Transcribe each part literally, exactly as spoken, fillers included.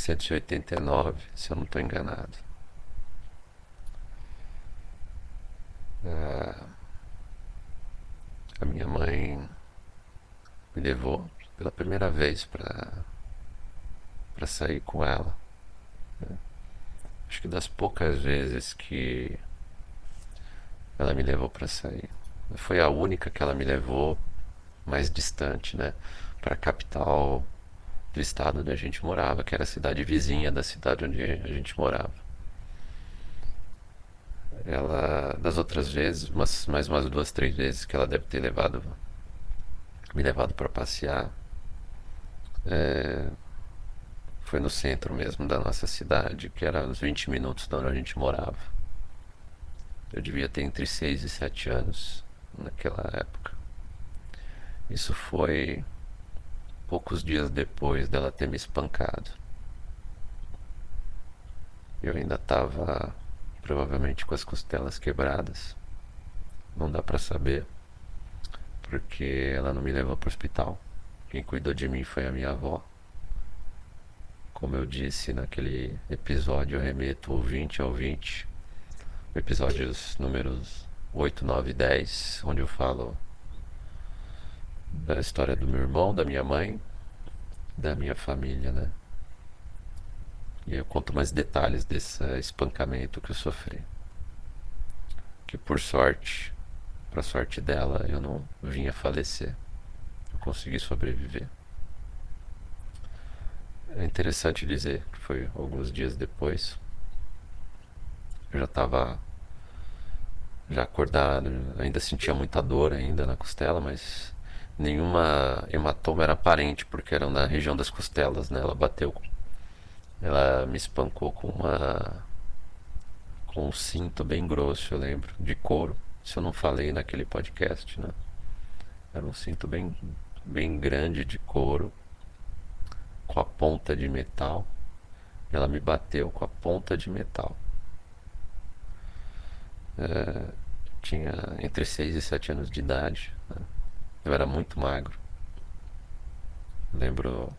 novecentos e oitenta e nove, se eu não estou enganado. Ah, a minha mãe me levou pela primeira vez para para sair com ela. Acho que das poucas vezes que ela me levou para sair. Foi a única que ela me levou mais distante, né? Para a capital do estado onde a gente morava, que era a cidade vizinha da cidade onde a gente morava. Ela, das outras vezes, umas, mais umas duas, três vezes que ela deve ter levado, me levado para passear, é, foi no centro mesmo da nossa cidade, que era uns vinte minutos de onde a gente morava. Eu devia ter entre seis e sete anos naquela época. Isso foi poucos dias depois dela ter me espancado. Eu ainda estava provavelmente com as costelas quebradas. Não dá pra saber, porque ela não me levou pro hospital. Quem cuidou de mim foi a minha avó. Como eu disse naquele episódio, eu remeto ouvinte a ouvinte, episódios números oito, nove e dez, onde eu falo da história do meu irmão, da minha mãe, da minha família, né? E eu conto mais detalhes desse espancamento que eu sofri. Que por sorte, pra sorte dela, eu não vim a falecer. Eu consegui sobreviver. É interessante dizer que foi alguns dias depois. Eu já estava já acordado, ainda sentia muita dor ainda na costela, mas nenhuma hematoma era aparente, porque era na região das costelas, né? Ela bateu, ela me espancou com uma com um cinto bem grosso, eu lembro, de couro. Isso eu não falei naquele podcast, né? Era um cinto bem bem grande de couro, com a ponta de metal. Ela me bateu com a ponta de metal. Tinha entre seis e sete anos de idade, né? Eu era muito magro. Lembro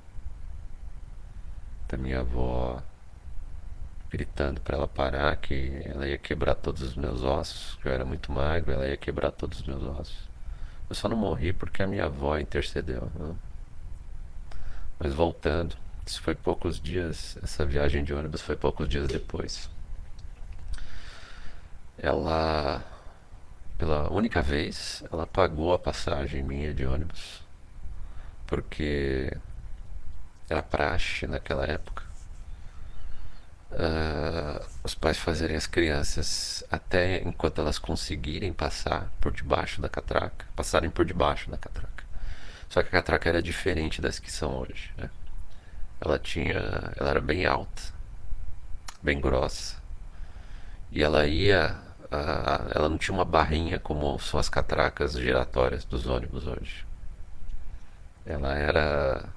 da minha avó gritando para ela parar, que ela ia quebrar todos os meus ossos, que eu era muito magro, ela ia quebrar todos os meus ossos. Eu só não morri porque a minha avó intercedeu, né? Mas voltando, isso foi poucos dias, essa viagem de ônibus foi poucos dias depois. Ela, pela única vez, ela pagou a passagem minha de ônibus, porque era praxe naquela época, ah, os pais fazerem as crianças até enquanto elas conseguirem passar por debaixo da catraca, passarem por debaixo da catraca. Só que a catraca era diferente das que são hoje, né? Ela tinha, ela era bem alta, bem grossa, e ela ia, ah, ela não tinha uma barrinha como são as catracas giratórias dos ônibus hoje. Ela era,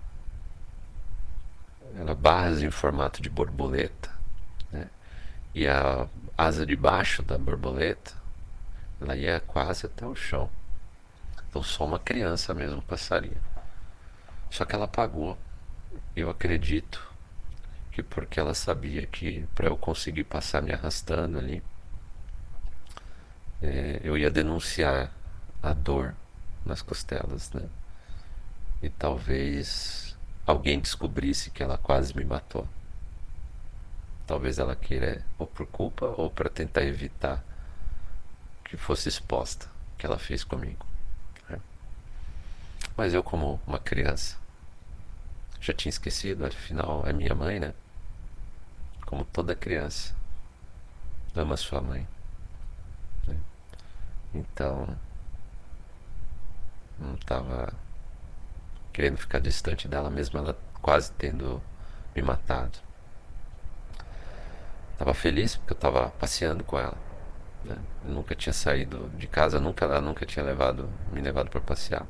era barras em formato de borboleta, né? E a asa de baixo da borboleta, ela ia quase até o chão. Então só uma criança mesmo passaria. Só que ela pagou. Eu acredito que porque ela sabia que para eu conseguir passar me arrastando ali, é, eu ia denunciar a dor nas costelas, né? E talvez alguém descobrisse que ela quase me matou. Talvez ela queira, ou por culpa, ou para tentar evitar que fosse exposta o que ela fez comigo, né? Mas eu, como uma criança, já tinha esquecido, afinal é minha mãe, né? Como toda criança ama sua mãe, né? Então não estava querendo ficar distante dela, mesmo ela quase tendo me matado. Tava feliz porque eu tava passeando com ela, né? Eu nunca tinha saído de casa, nunca ela nunca tinha levado me levado para passear.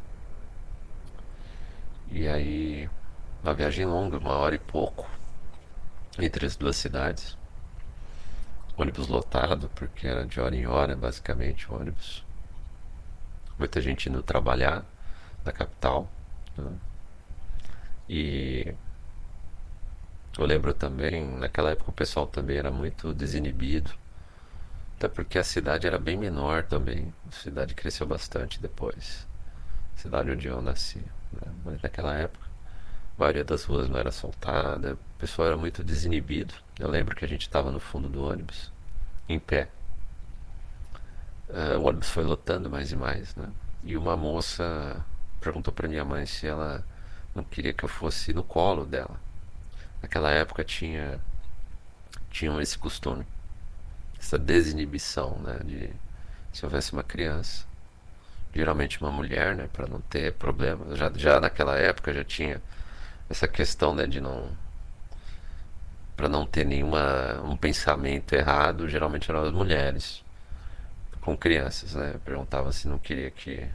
E aí, uma viagem longa, uma hora e pouco entre as duas cidades. Ônibus lotado, porque era de hora em hora, basicamente, o ônibus. Muita gente indo trabalhar na capital, né? E Eu lembro também, naquela época o pessoal também era muito desinibido, até porque a cidade era bem menor também. A cidade cresceu bastante depois, cidade onde eu nasci, né? Mas naquela época a maioria das ruas não era asfaltada, o pessoal era muito desinibido. Eu lembro que a gente estava no fundo do ônibus, em pé. Ah, o ônibus foi lotando mais e mais, né? E uma moça perguntou para minha mãe se ela não queria que eu fosse no colo dela. Naquela época tinha tinham esse costume, essa desinibição, né? De se houvesse uma criança, geralmente uma mulher, né? Para não ter problemas. Já, já naquela época já tinha essa questão, né? De não para não ter nenhuma um pensamento errado, geralmente eram as mulheres com crianças, né? Perguntava se não queria que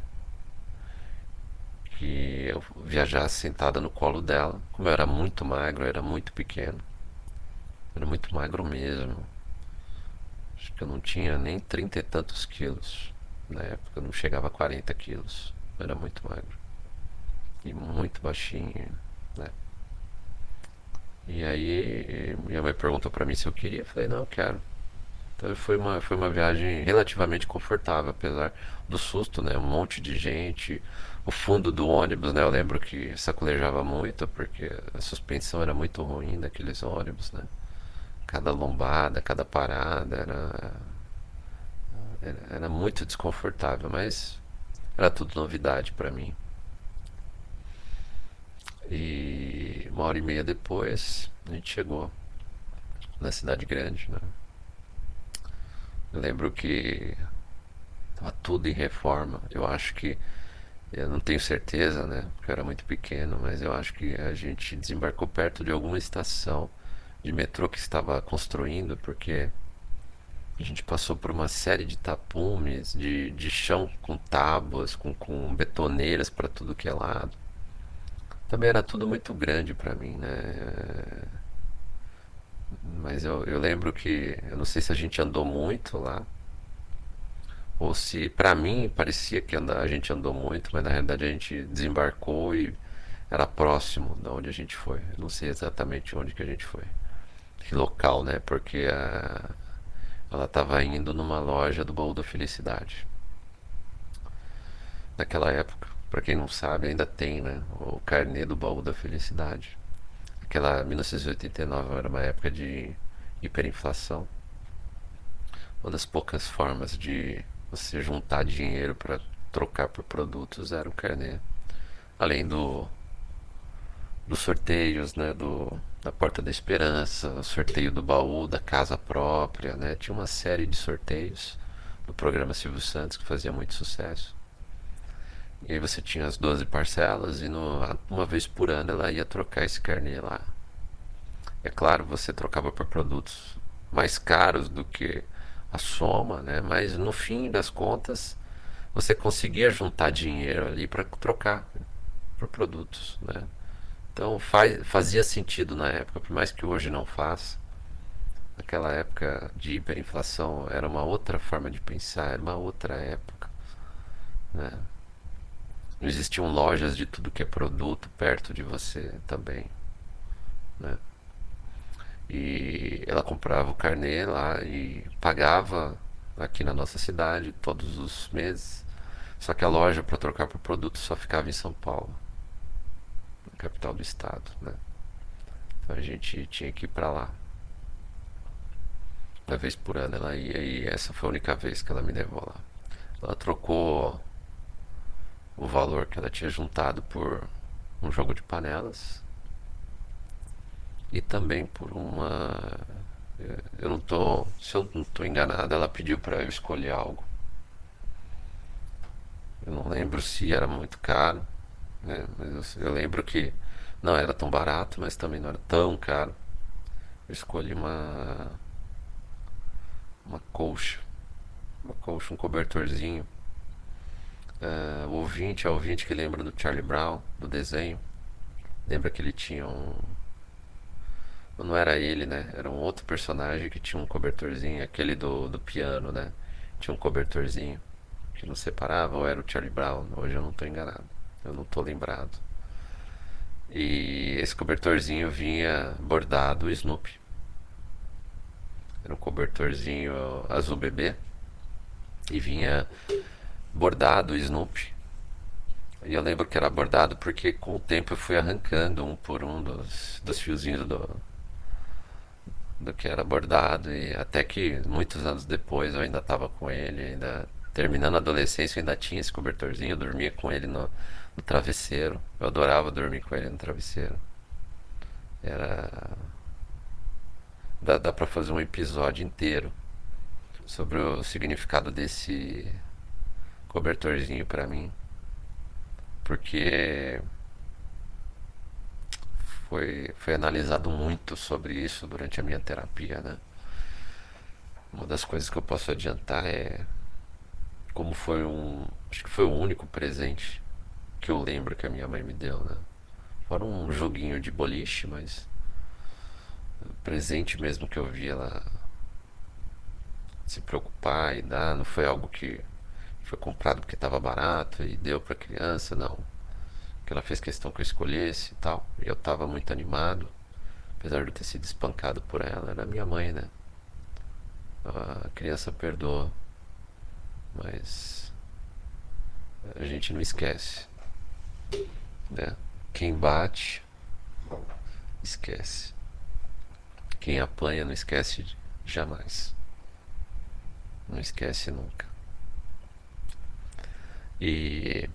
que eu viajasse sentada no colo dela. Como eu era muito magro, eu era muito pequeno, eu era muito magro mesmo. Acho que eu não tinha nem trinta e tantos quilos. Na época eu não chegava a quarenta quilos. Eu era muito magro. E muito baixinho, né? E aí minha mãe perguntou pra mim se eu queria. Eu falei, não, eu quero. Então foi uma, foi uma viagem relativamente confortável, apesar do susto, né? Um monte de gente. O fundo do ônibus, né? Eu lembro que sacolejava muito, porque a suspensão era muito ruim daqueles ônibus, né? Cada lombada, cada parada era, era, era muito desconfortável, mas era tudo novidade pra mim. E uma hora e meia depois a gente chegou na cidade grande, né? Eu lembro que tava tudo em reforma. Eu acho que eu não tenho certeza, né? Porque eu era muito pequeno, mas eu acho que a gente desembarcou perto de alguma estação de metrô que estava construindo, porque a gente passou por uma série de tapumes, de, de chão com tábuas, com, com betoneiras para tudo que é lado. Também era tudo muito grande para mim, né? Mas eu, eu lembro que, eu não sei se a gente andou muito lá, ou se para mim parecia que anda, a gente andou muito, mas na realidade a gente desembarcou e era próximo de onde a gente foi. Eu não sei exatamente onde que a gente foi. Que local, né? Porque a, ela estava indo numa loja do Baú da Felicidade. Naquela época, para quem não sabe, ainda tem, né? O carnê do Baú da Felicidade. Aquela mil novecentos e oitenta e nove era uma época de hiperinflação. Uma das poucas formas de você juntar dinheiro para trocar por produtos era o carnê. Além do dos sorteios, né, do da Porta da Esperança, o sorteio do baú da casa própria, né? Tinha uma série de sorteios do programa Silvio Santos que fazia muito sucesso. E aí você tinha as doze parcelas e no, uma vez por ano ela ia trocar esse carnê lá. É claro, você trocava por produtos mais caros do que a soma, né? Mas no fim das contas você conseguia juntar dinheiro ali para trocar por produtos, né? Então faz, fazia sentido na época, por mais que hoje não faça. Naquela época de hiperinflação era uma outra forma de pensar, era uma outra época, né? Não existiam lojas de tudo que é produto perto de você também, né? E ela comprava o carnê lá e pagava aqui na nossa cidade todos os meses. Só que a loja para trocar por produto só ficava em São Paulo, na capital do estado, né? Então a gente tinha que ir para lá uma vez por ano. Ela ia e essa foi a única vez que ela me levou lá. Ela trocou o valor que ela tinha juntado por um jogo de panelas e também por uma. Eu não tô. Se eu não estou enganado, ela pediu para eu escolher algo. Eu não lembro se era muito caro, né? Mas eu, eu lembro que não era tão barato, mas também não era tão caro. Eu escolhi uma uma colcha, uma colcha, um cobertorzinho. Uh, o ouvinte é o ouvinte que lembra do Charlie Brown, do desenho. Lembra que ele tinha um. Não era ele, né? Era um outro personagem que tinha um cobertorzinho, aquele do, do piano, né? Tinha um cobertorzinho que não separava, ou era o Charlie Brown? Hoje eu não tô enganado. Eu não tô lembrado. E esse cobertorzinho vinha bordado Snoopy. Era um cobertorzinho azul bebê e vinha bordado Snoopy. E eu lembro que era bordado porque com o tempo eu fui arrancando um por um dos, dos fiozinhos do, do que era bordado. E até que muitos anos depois eu ainda estava com ele, ainda terminando a adolescência, eu ainda tinha esse cobertorzinho, eu dormia com ele no, no travesseiro. Eu adorava dormir com ele no travesseiro. Era. Dá, dá pra fazer um episódio inteiro sobre o significado desse cobertorzinho pra mim. Porque foi, foi analisado muito sobre isso durante a minha terapia, né? Uma das coisas que eu posso adiantar é como foi um. Acho que foi o único presente que eu lembro que a minha mãe me deu, né? Fora um joguinho de boliche, mas o presente mesmo que eu vi ela se preocupar e dar, não foi algo que foi comprado porque estava barato e deu para criança, não. Que ela fez questão que eu escolhesse e tal. E eu estava muito animado, apesar de eu ter sido espancado por ela. Era minha mãe, né? A criança perdoa, mas a gente não esquece, né? Quem bate, esquece. Quem apanha, não esquece jamais. Não esquece nunca. E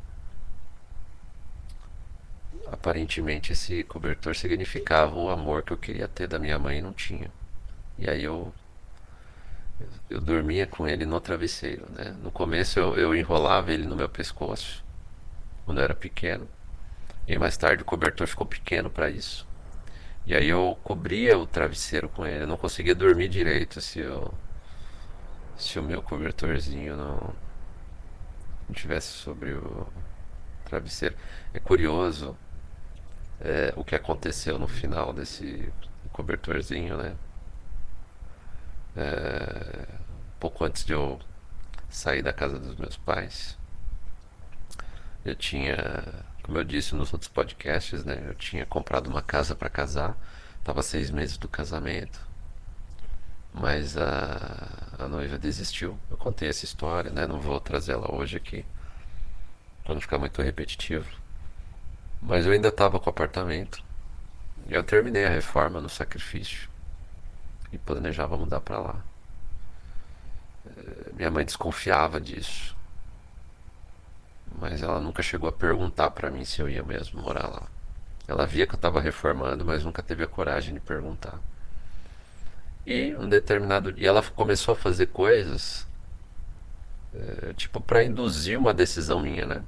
aparentemente esse cobertor significava o amor que eu queria ter da minha mãe e não tinha. E aí eu, eu dormia com ele no travesseiro, né? No começo eu, eu enrolava ele no meu pescoço, quando eu era pequeno. E mais tarde o cobertor ficou pequeno para isso. E aí eu cobria o travesseiro com ele. Eu não conseguia dormir direito se, eu, se o meu cobertorzinho não, não tivesse sobre o travesseiro. É curioso é, o que aconteceu no final desse cobertorzinho, né? É, pouco antes de eu sair da casa dos meus pais, eu tinha, como eu disse nos outros podcasts, né? Eu tinha comprado uma casa para casar. Tava seis meses do casamento, mas a, a noiva desistiu. Eu contei essa história, né? Não vou trazê-la hoje aqui, para não ficar muito repetitivo. Mas eu ainda estava com o apartamento. E eu terminei a reforma no sacrifício e planejava mudar para lá. Minha mãe desconfiava disso, mas ela nunca chegou a perguntar para mim se eu ia mesmo morar lá. Ela via que eu estava reformando, mas nunca teve a coragem de perguntar. E um determinado dia ela começou a fazer coisas, é, tipo, para induzir uma decisão minha, né?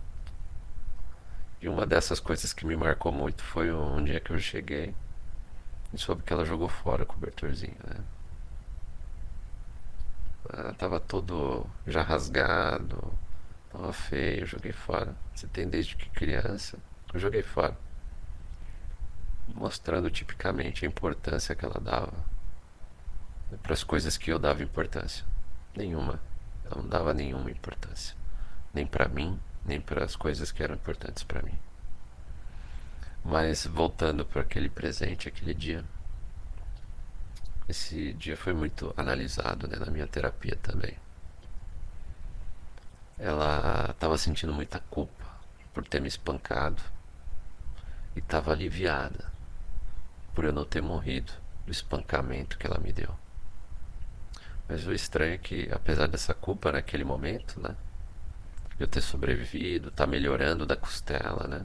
E uma dessas coisas que me marcou muito foi um dia que eu cheguei e soube que ela jogou fora o cobertorzinho, né? Ah, tava todo já rasgado, tava feio, eu joguei fora. Você tem desde que criança? Eu joguei fora. Mostrando tipicamente a importância que ela dava para as coisas que eu dava importância. Nenhuma. Ela não dava nenhuma importância. Nem para mim, nem para as coisas que eram importantes para mim. Mas voltando para aquele presente, aquele dia. Esse dia foi muito analisado, né, na minha terapia também. Ela estava sentindo muita culpa por ter me espancado e estava aliviada por eu não ter morrido do espancamento que ela me deu. Mas o estranho é que, apesar dessa culpa naquele momento, né, de eu ter sobrevivido, tá melhorando da costela, né,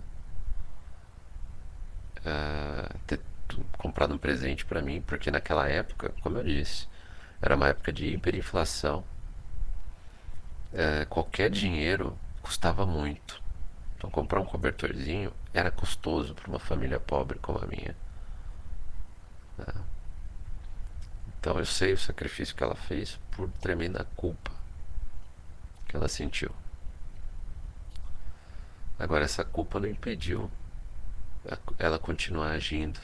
uh, ter comprado um presente para mim, porque naquela época, como eu disse, era uma época de hiperinflação. Uh, qualquer dinheiro custava muito. Então comprar um cobertorzinho era custoso para uma família pobre como a minha. Né? Então eu sei o sacrifício que ela fez por tremenda culpa que ela sentiu. Agora essa culpa não impediu ela continuar agindo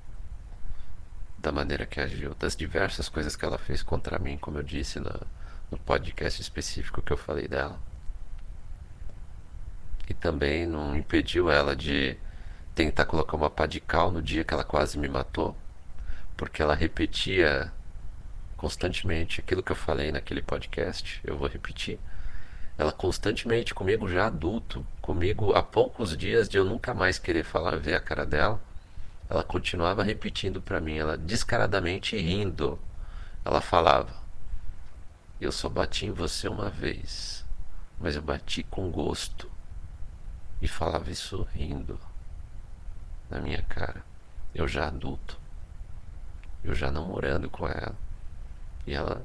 da maneira que agiu, das diversas coisas que ela fez contra mim, como eu disse no, no podcast específico que eu falei dela. E também não impediu ela de tentar colocar uma pá de cal no dia que ela quase me matou, porque ela repetia constantemente aquilo que eu falei naquele podcast. Eu vou repetir. Ela constantemente comigo, já adulto, comigo há poucos dias de eu nunca mais querer falar, ver a cara dela, ela continuava repetindo pra mim, ela descaradamente rindo. Ela falava: eu só bati em você uma vez, mas eu bati com gosto. E falava isso rindo na minha cara. Eu já adulto, eu já namorando com ela, e ela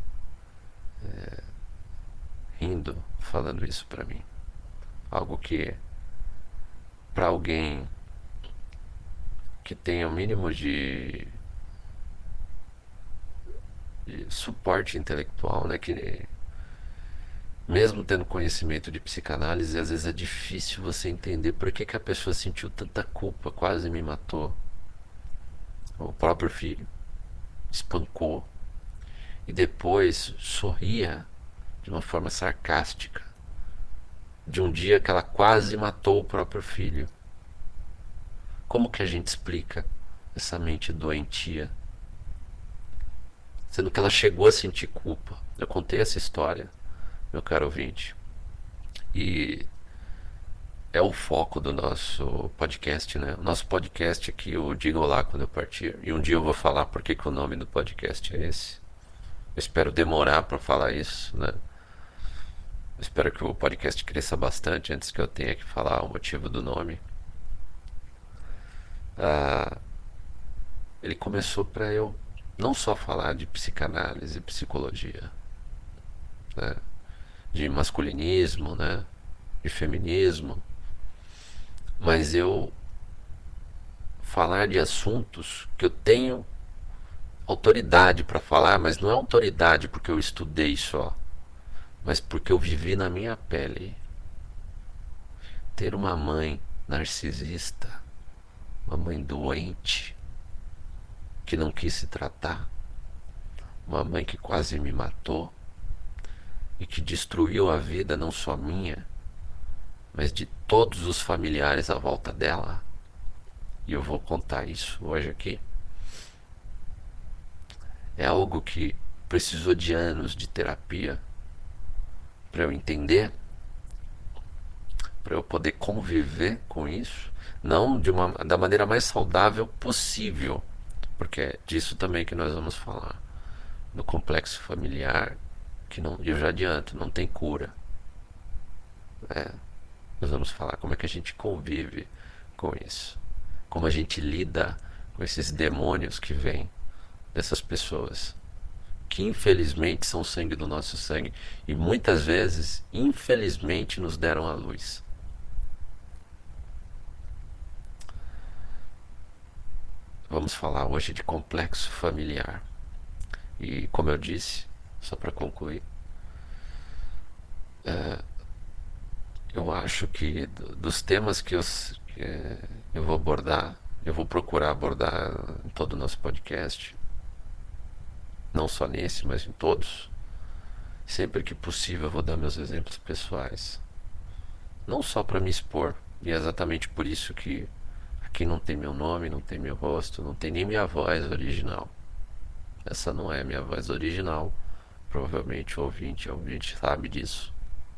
rindo, falando isso pra mim. Algo que, pra alguém que tenha o mínimo de, de suporte intelectual, né, que mesmo tendo conhecimento de psicanálise, às vezes é difícil você entender por que, que a pessoa sentiu tanta culpa, quase me matou. O próprio filho espancou e depois sorria de uma forma sarcástica de um dia que ela quase matou o próprio filho. Como que a gente explica essa mente doentia? Sendo que ela chegou a sentir culpa. Eu contei essa história, meu caro ouvinte, e é o foco do nosso podcast, né? O nosso podcast aqui, o Diga Olá Quando Eu Partir. E um dia eu vou falar por que, que o nome do podcast é esse. Eu espero demorar para falar isso, né? Eu espero que o podcast cresça bastante antes que eu tenha que falar o motivo do nome. Ah, ele começou para eu não só falar de psicanálise e psicologia, né? De masculinismo, né? De feminismo, mas eu falar de assuntos que eu tenho autoridade para falar, mas não é autoridade porque eu estudei só, mas porque eu vivi na minha pele. Ter uma mãe narcisista, uma mãe doente, que não quis se tratar, uma mãe que quase me matou e que destruiu a vida não só minha, mas de todos os familiares à volta dela. E eu vou contar isso hoje aqui. É algo que precisou de anos de terapia para eu entender, para eu poder conviver com isso, não de uma, da maneira mais saudável possível, porque é disso também que nós vamos falar, do complexo familiar, que não, eu já adianto, não tem cura. É, nós vamos falar como é que a gente convive com isso, como a gente lida com esses demônios que vêm dessas pessoas que infelizmente são sangue do nosso sangue e muitas vezes, infelizmente, nos deram a luz. Vamos falar hoje de complexo familiar. E como eu disse, só para concluir, eu acho que dos temas que eu, que eu vou abordar, eu vou procurar abordar em todo o nosso podcast, não só nesse, mas em todos, sempre que possível eu vou dar meus exemplos pessoais. Não só para me expor, e é exatamente por isso que aqui não tem meu nome, não tem meu rosto, não tem nem minha voz original. Essa não é minha voz original. Provavelmente o ouvinte, o ouvinte sabe disso.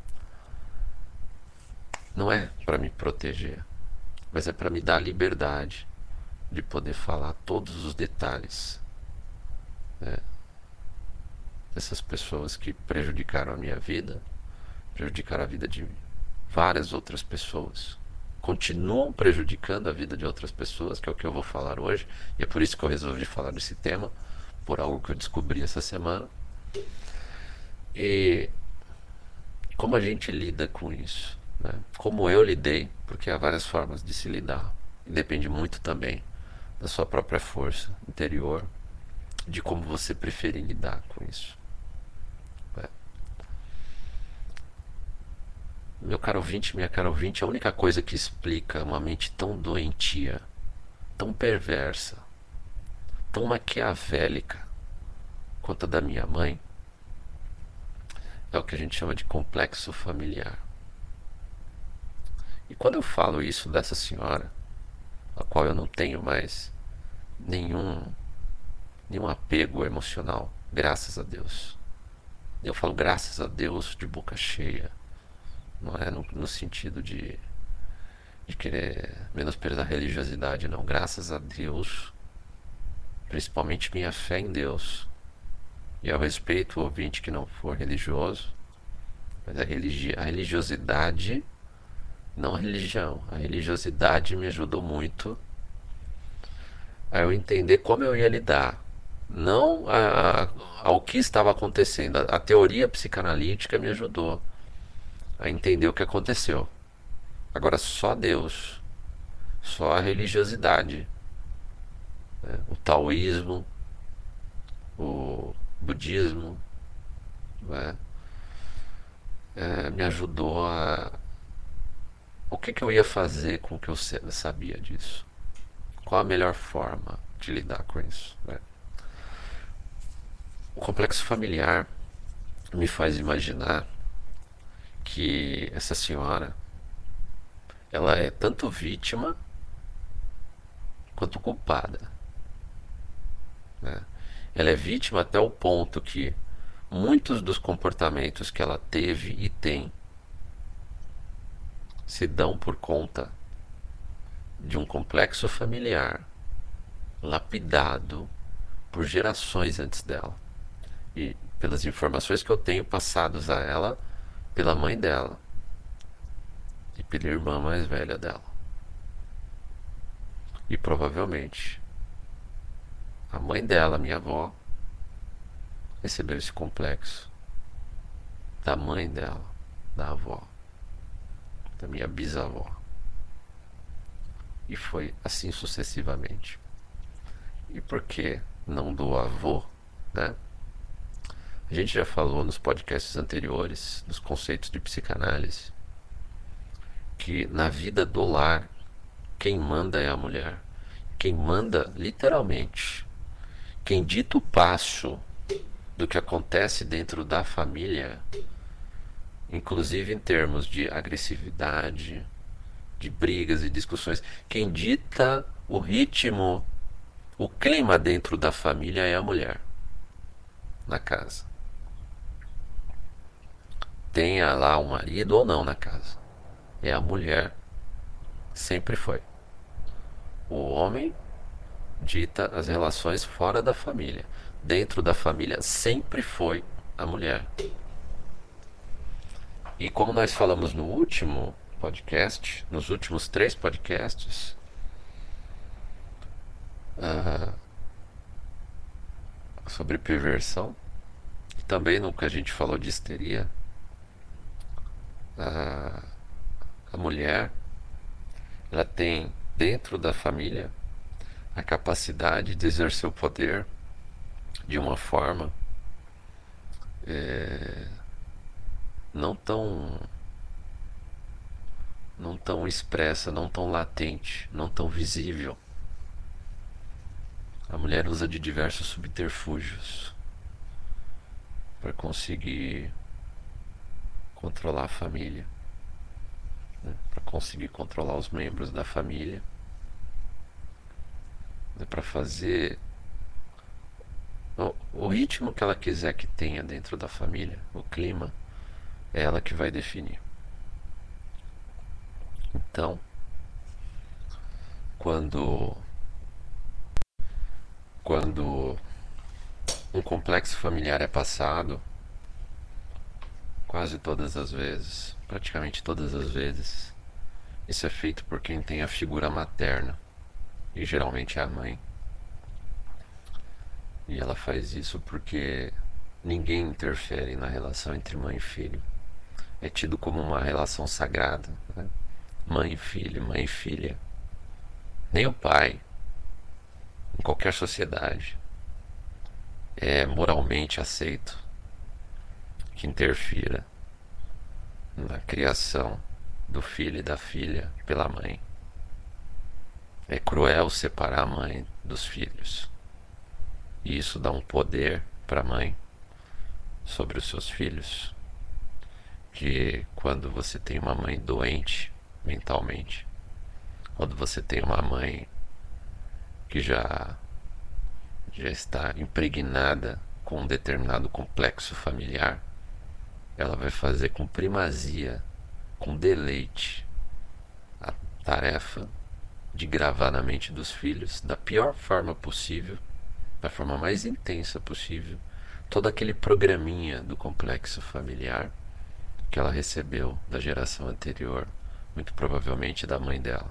Não é para me proteger, mas é para me dar a liberdade de poder falar todos os detalhes, né, dessas pessoas que prejudicaram a minha vida, prejudicaram a vida de várias outras pessoas, continuam prejudicando a vida de outras pessoas, que é o que eu vou falar hoje, e é por isso que eu resolvi falar desse tema, por algo que eu descobri essa semana. E como a gente lida com isso, né? Como eu lidei, porque há várias formas de se lidar, e depende muito também da sua própria força interior, de como você preferir lidar com isso. É. Meu caro ouvinte, minha cara ouvinte, a única coisa que explica uma mente tão doentia, tão perversa, tão maquiavélica quanto a da minha mãe é o que a gente chama de complexo familiar. E quando eu falo isso dessa senhora, a qual eu não tenho mais nenhum, nenhum apego emocional, graças a Deus. Eu falo graças a Deus de boca cheia, não é no, no sentido de, de querer menosprezar a religiosidade, não. Graças a Deus, principalmente minha fé em Deus. E eu respeito o ouvinte que não for religioso, mas a, religi a religiosidade, não a religião, a religiosidade me ajudou muito a eu entender como eu ia lidar. Não a, a, ao que estava acontecendo. A, a teoria psicanalítica me ajudou a entender o que aconteceu. Agora, só Deus, só a religiosidade, né? O taoísmo, o budismo, né? É, me ajudou a. O que, que eu ia fazer com o que eu sabia disso? Qual a melhor forma de lidar com isso? Né? O complexo familiar me faz imaginar que essa senhora ela é tanto vítima quanto culpada. Né? Ela é vítima até o ponto que muitos dos comportamentos que ela teve e tem se dão por conta de um complexo familiar lapidado por gerações antes dela. E pelas informações que eu tenho passadas a ela pela mãe dela e pela irmã mais velha dela. E provavelmente a mãe dela, minha avó, recebeu esse complexo da mãe dela, da avó, da minha bisavó. E foi assim sucessivamente. E por que não do avô, né? A gente já falou nos podcasts anteriores, nos conceitos de psicanálise, que na vida do lar, quem manda é a mulher. Quem manda, literalmente, quem dita o passo do que acontece dentro da família, inclusive em termos de agressividade, de brigas e discussões, quem dita o ritmo, o clima dentro da família é a mulher, na casa. Tenha lá um marido ou não na casa. É a mulher, sempre foi. O homem dita as relações fora da família. Dentro da família sempre foi a mulher. E como nós falamos no último podcast, nos últimos três podcasts, uh, sobre perversão, e também no que a gente falou de histeria, uh, a mulher, ela tem dentro da família a capacidade de exercer o poder de uma forma é, não tão não tão expressa, não tão latente, não tão visível. A mulher usa de diversos subterfúgios para conseguir controlar a família, né? Para conseguir controlar os membros da família, né? Para fazer o, o ritmo que ela quiser que tenha dentro da família, o clima, é ela que vai definir. Então, quando quando um complexo familiar é passado, quase todas as vezes, praticamente todas as vezes, isso é feito por quem tem a figura materna, e geralmente é a mãe. E ela faz isso porque ninguém interfere na relação entre mãe e filho. É tido como uma relação sagrada, né? Mãe e filho, mãe e filha. Nem o pai, em qualquer sociedade, é moralmente aceito que interfira na criação do filho e da filha pela mãe. É cruel separar a mãe dos filhos. E isso dá um poder para a mãe sobre os seus filhos, que quando você tem uma mãe doente mentalmente, Quando você tem uma mãe que já, já está impregnada com um determinado complexo familiar, ela vai fazer com primazia, com deleite, a tarefa de gravar na mente dos filhos, da pior forma possível, da forma mais intensa possível, todo aquele programinha do complexo familiar que ela recebeu da geração anterior, muito provavelmente da mãe dela.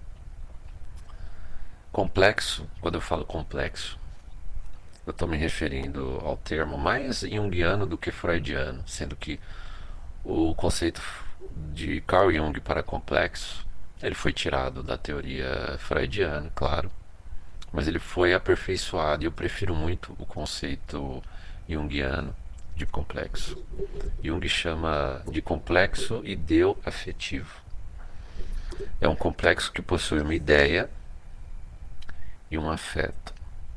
Complexo, quando eu falo complexo, eu estou me referindo ao termo mais junguiano do que freudiano, sendo que o conceito de Carl Jung para complexo, ele foi tirado da teoria freudiana, claro, mas ele foi aperfeiçoado e eu prefiro muito o conceito junguiano de complexo. Jung chama de complexo ideo-afetivo. É um complexo que possui uma ideia e um afeto,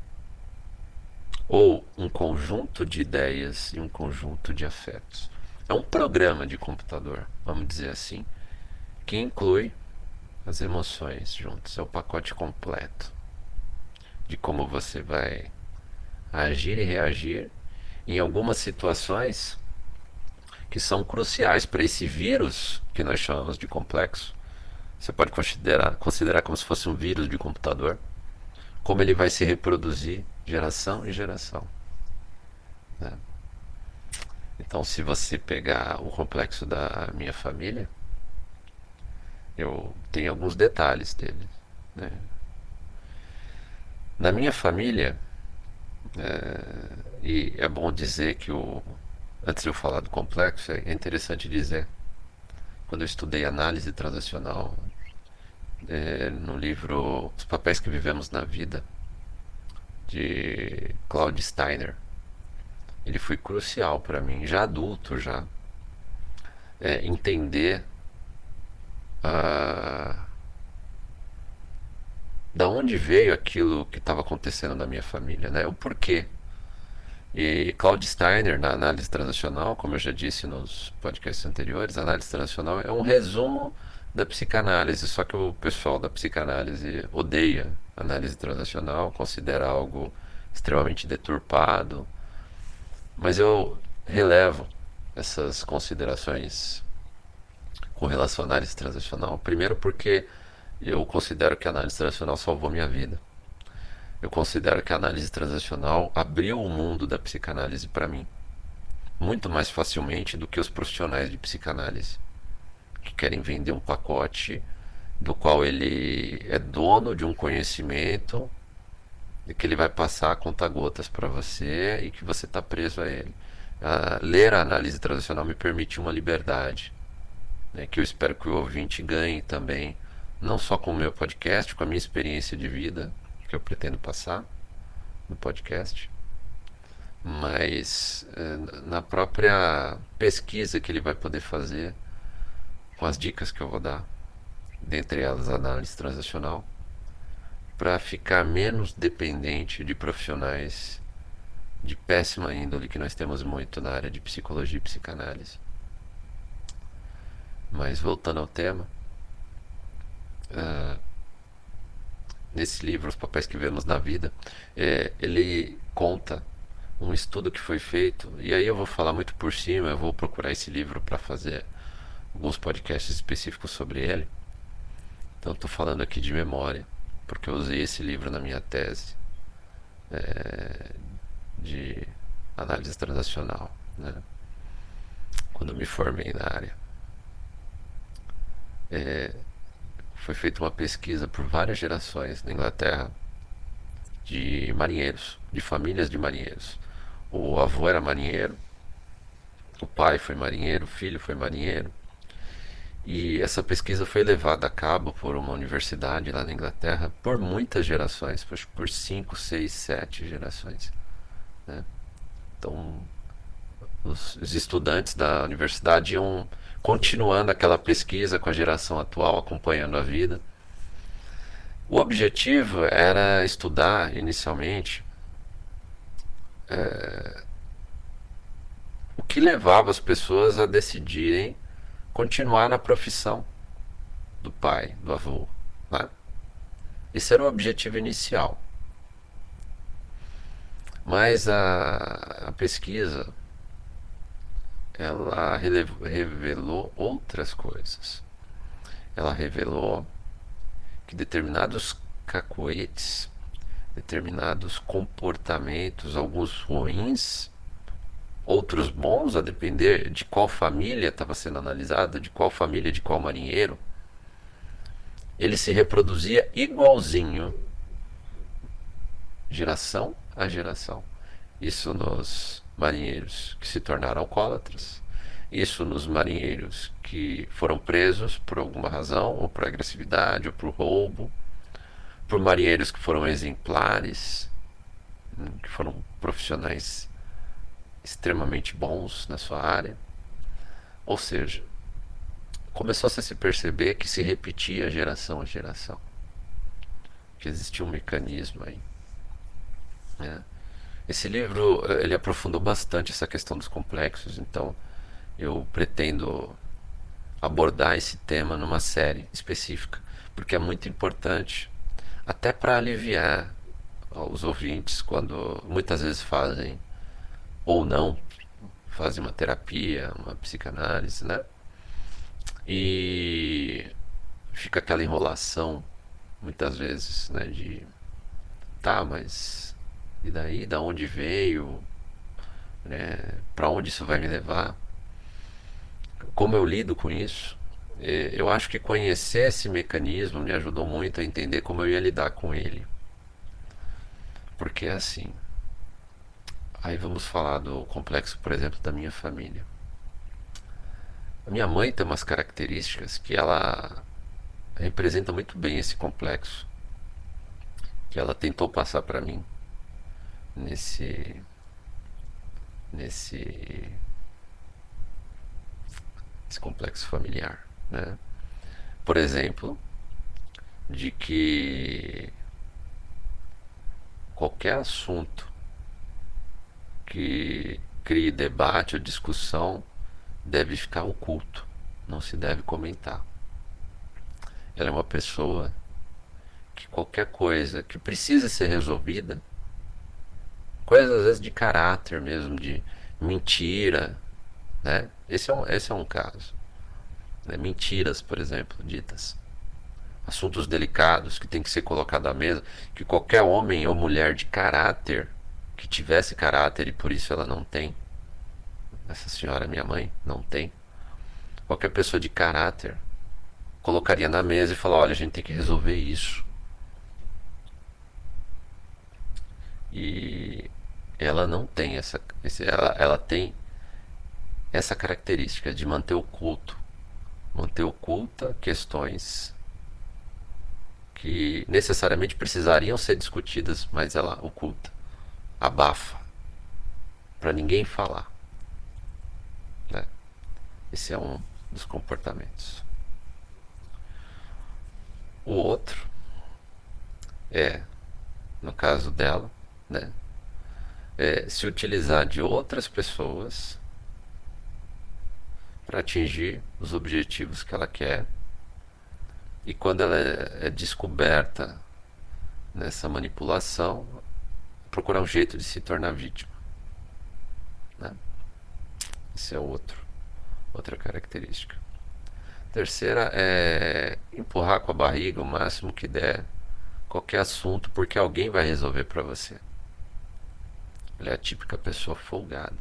ou um conjunto de ideias e um conjunto de afetos. É um programa de computador, vamos dizer assim, que inclui as emoções juntos. É o pacote completo de como você vai agir e reagir em algumas situações que são cruciais para esse vírus que nós chamamos de complexo. Você pode considerar, considerar como se fosse um vírus de computador, como ele vai se reproduzir geração em geração, né? Então, se você pegar o complexo da minha família, eu tenho alguns detalhes dele, né? Na minha família, é, e é bom dizer que o, antes de eu falar do complexo, é interessante dizer, quando eu estudei análise transacional, é, no livro Os Papéis que Vivemos na Vida, de Claude Steiner, ele foi crucial para mim, já adulto, já é, entender a, da onde veio aquilo que estava acontecendo na minha família, né? O porquê. E Claude Steiner, na análise transacional, como eu já disse nos podcasts anteriores, a análise transacional é um resumo da psicanálise, só que o pessoal da psicanálise odeia a análise transacional, considera algo extremamente deturpado, mas eu relevo essas considerações com relação à análise transacional. Primeiro porque eu considero que a análise transacional salvou minha vida. Eu considero que a análise transacional abriu o mundo da psicanálise para mim muito mais facilmente do que os profissionais de psicanálise que querem vender um pacote do qual ele é dono de um conhecimento e que ele vai passar a conta-gotas para você e que você está preso a ele. A ler a análise transacional me permite uma liberdade, né, que eu espero que o ouvinte ganhe também, não só com o meu podcast, com a minha experiência de vida que eu pretendo passar no podcast, mas eh, na própria pesquisa que ele vai poder fazer com as dicas que eu vou dar, dentre elas a análise transacional, para ficar menos dependente de profissionais de péssima índole que nós temos muito na área de psicologia e psicanálise. Mas voltando ao tema, uh, nesse livro Os Papéis que Vemos na Vida, é, ele conta um estudo que foi feito, e aí eu vou falar muito por cima, eu vou procurar esse livro para fazer alguns podcasts específicos sobre ele, então estou falando aqui de memória, porque eu usei esse livro na minha tese é, de análise transacional, né, quando eu me formei na área. É, foi feita uma pesquisa por várias gerações na Inglaterra de marinheiros, de famílias de marinheiros. O avô era marinheiro, o pai foi marinheiro, o filho foi marinheiro. E essa pesquisa foi levada a cabo por uma universidade lá na Inglaterra por muitas gerações, por cinco, seis, sete gerações, né? Então, os, os estudantes da universidade iam continuando aquela pesquisa com a geração atual, acompanhando a vida. O objetivo era estudar, inicialmente, é, o que levava as pessoas a decidirem continuar na profissão do pai, do avô, né? Esse era o objetivo inicial. Mas a, a pesquisa ela revelou outras coisas. Ela revelou que determinados cacoetes, determinados comportamentos, alguns ruins, outros bons, a depender de qual família estava sendo analisada, de qual família, de qual marinheiro, ele se reproduzia igualzinho, geração a geração. Isso nos marinheiros que se tornaram alcoólatras, isso nos marinheiros que foram presos por alguma razão, ou por agressividade, ou por roubo, por marinheiros que foram exemplares, que foram profissionais extremamente bons na sua área. Ou seja, começou -se a se perceber que se repetia geração a geração, que existia um mecanismo aí, né? Esse livro ele aprofundou bastante essa questão dos complexos, então eu pretendo abordar esse tema numa série específica, porque é muito importante, até para aliviar os ouvintes quando muitas vezes fazem ou não fazem uma terapia, uma psicanálise, né? E fica aquela enrolação muitas vezes, né, de tá, mas e daí, da onde veio, né, para onde isso vai me levar? Como eu lido com isso? Eu acho que conhecer esse mecanismo me ajudou muito a entender como eu ia lidar com ele. Porque assim, aí vamos falar do complexo, por exemplo, da minha família. A minha mãe tem umas características que ela representa muito bem esse complexo, que ela tentou passar para mim nesse nesse esse complexo familiar, né? Por exemplo, de que qualquer assunto que crie debate ou discussão deve ficar oculto, não se deve comentar. Ela é uma pessoa que qualquer coisa que precisa ser resolvida, coisas às vezes de caráter mesmo, de mentira, né? Esse é um, esse é um caso, né? Mentiras, por exemplo, ditas, assuntos delicados que tem que ser colocado à mesa, que qualquer homem ou mulher de caráter, que tivesse caráter e por isso ela não tem, essa senhora, minha mãe, não tem, qualquer pessoa de caráter colocaria na mesa e falaria: olha, a gente tem que resolver isso. E ela não tem essa, ela, ela tem essa característica de manter oculto, manter oculta questões que necessariamente precisariam ser discutidas, mas ela oculta, abafa, para ninguém falar, né? Esse é um dos comportamentos. O outro é, no caso dela, né, é se utilizar de outras pessoas para atingir os objetivos que ela quer. E quando ela é descoberta nessa manipulação, procurar um jeito de se tornar vítima, né? Esse é outro, outra característica. Terceira é empurrar com a barriga o máximo que der qualquer assunto, porque alguém vai resolver para você. Ela é a típica pessoa folgada,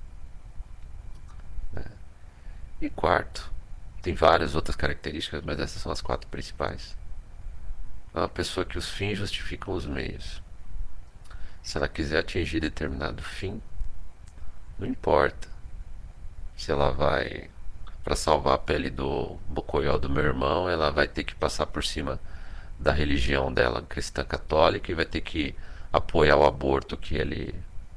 né? E quarto, tem várias outras características, mas essas são as quatro principais. É uma pessoa que os fins justificam os meios. Se ela quiser atingir determinado fim, não importa se ela vai, para salvar a pele do bocoió do meu irmão, ela vai ter que passar por cima da religião dela, cristã católica, e vai ter que apoiar o aborto que ele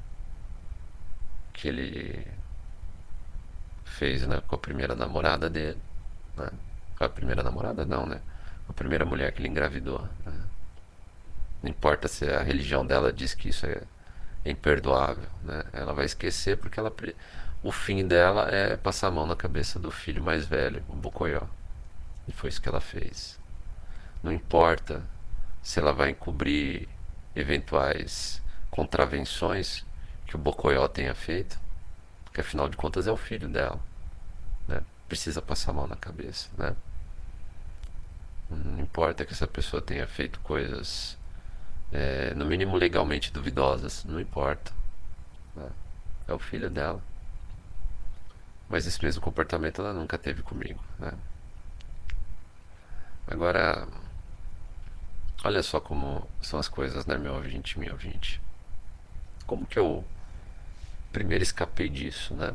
que ele fez, né, com a primeira namorada dele, né? Com a primeira namorada não, né? Com a primeira mulher que ele engravidou, né? Não importa se a religião dela diz que isso é imperdoável, né? Ela vai esquecer porque ela, o fim dela é passar a mão na cabeça do filho mais velho, o Bocoió. E foi isso que ela fez. Não importa se ela vai encobrir eventuais contravenções que o Bocoió tenha feito, porque afinal de contas é o filho dela, né? Precisa passar a mão na cabeça, né? Não importa que essa pessoa tenha feito coisas, é, no mínimo legalmente duvidosas, não importa, né? É o filho dela. Mas esse mesmo comportamento ela nunca teve comigo, né? Agora, olha só como são as coisas, né, meu ouvinte, minha ouvinte. Como que eu primeiro escapei disso, né?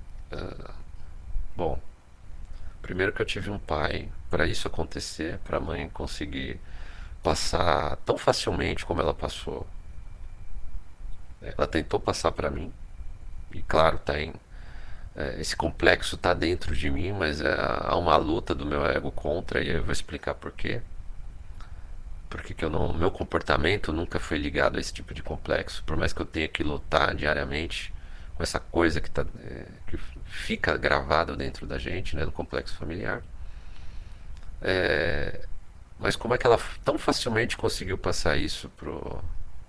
Bom, primeiro que eu tive um pai para isso acontecer, para a mãe conseguir passar tão facilmente como ela passou. Ela tentou passar para mim, e claro, tem é, esse complexo está dentro de mim, mas é, há uma luta do meu ego contra, e eu vou explicar por quê. Porque que eu não, meu comportamento nunca foi ligado a esse tipo de complexo, por mais que eu tenha que lutar diariamente com essa coisa que, tá, é, que fica gravada dentro da gente, né, do complexo familiar. É, mas como é que ela tão facilmente conseguiu passar isso pro,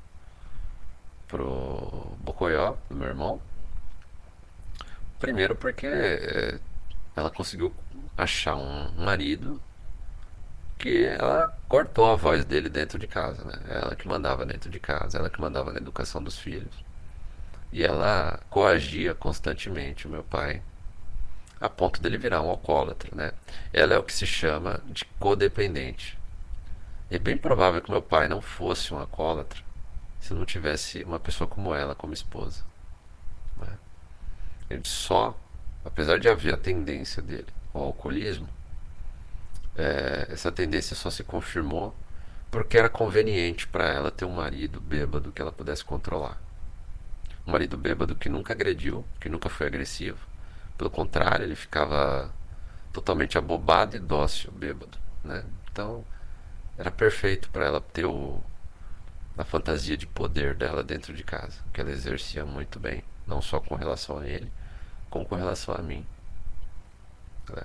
pro Bocoió, do meu irmão? Primeiro porque é, ela conseguiu achar um marido que ela cortou a voz dele dentro de casa, né? Ela que mandava dentro de casa, ela que mandava na educação dos filhos. E ela coagia constantemente o meu pai, a ponto dele virar um alcoólatra, né? Ela é o que se chama de codependente. É bem provável que meu pai não fosse um alcoólatra se não tivesse uma pessoa como ela como esposa, né? Ele só, apesar de haver a tendência dele ao alcoolismo, é, essa tendência só se confirmou porque era conveniente para ela ter um marido bêbado que ela pudesse controlar. Um marido bêbado que nunca agrediu, que nunca foi agressivo. Pelo contrário, ele ficava totalmente abobado e dócil, bêbado, né? Então, era perfeito para ela ter o, a fantasia de poder dela dentro de casa, que ela exercia muito bem, não só com relação a ele, como com relação a mim, né?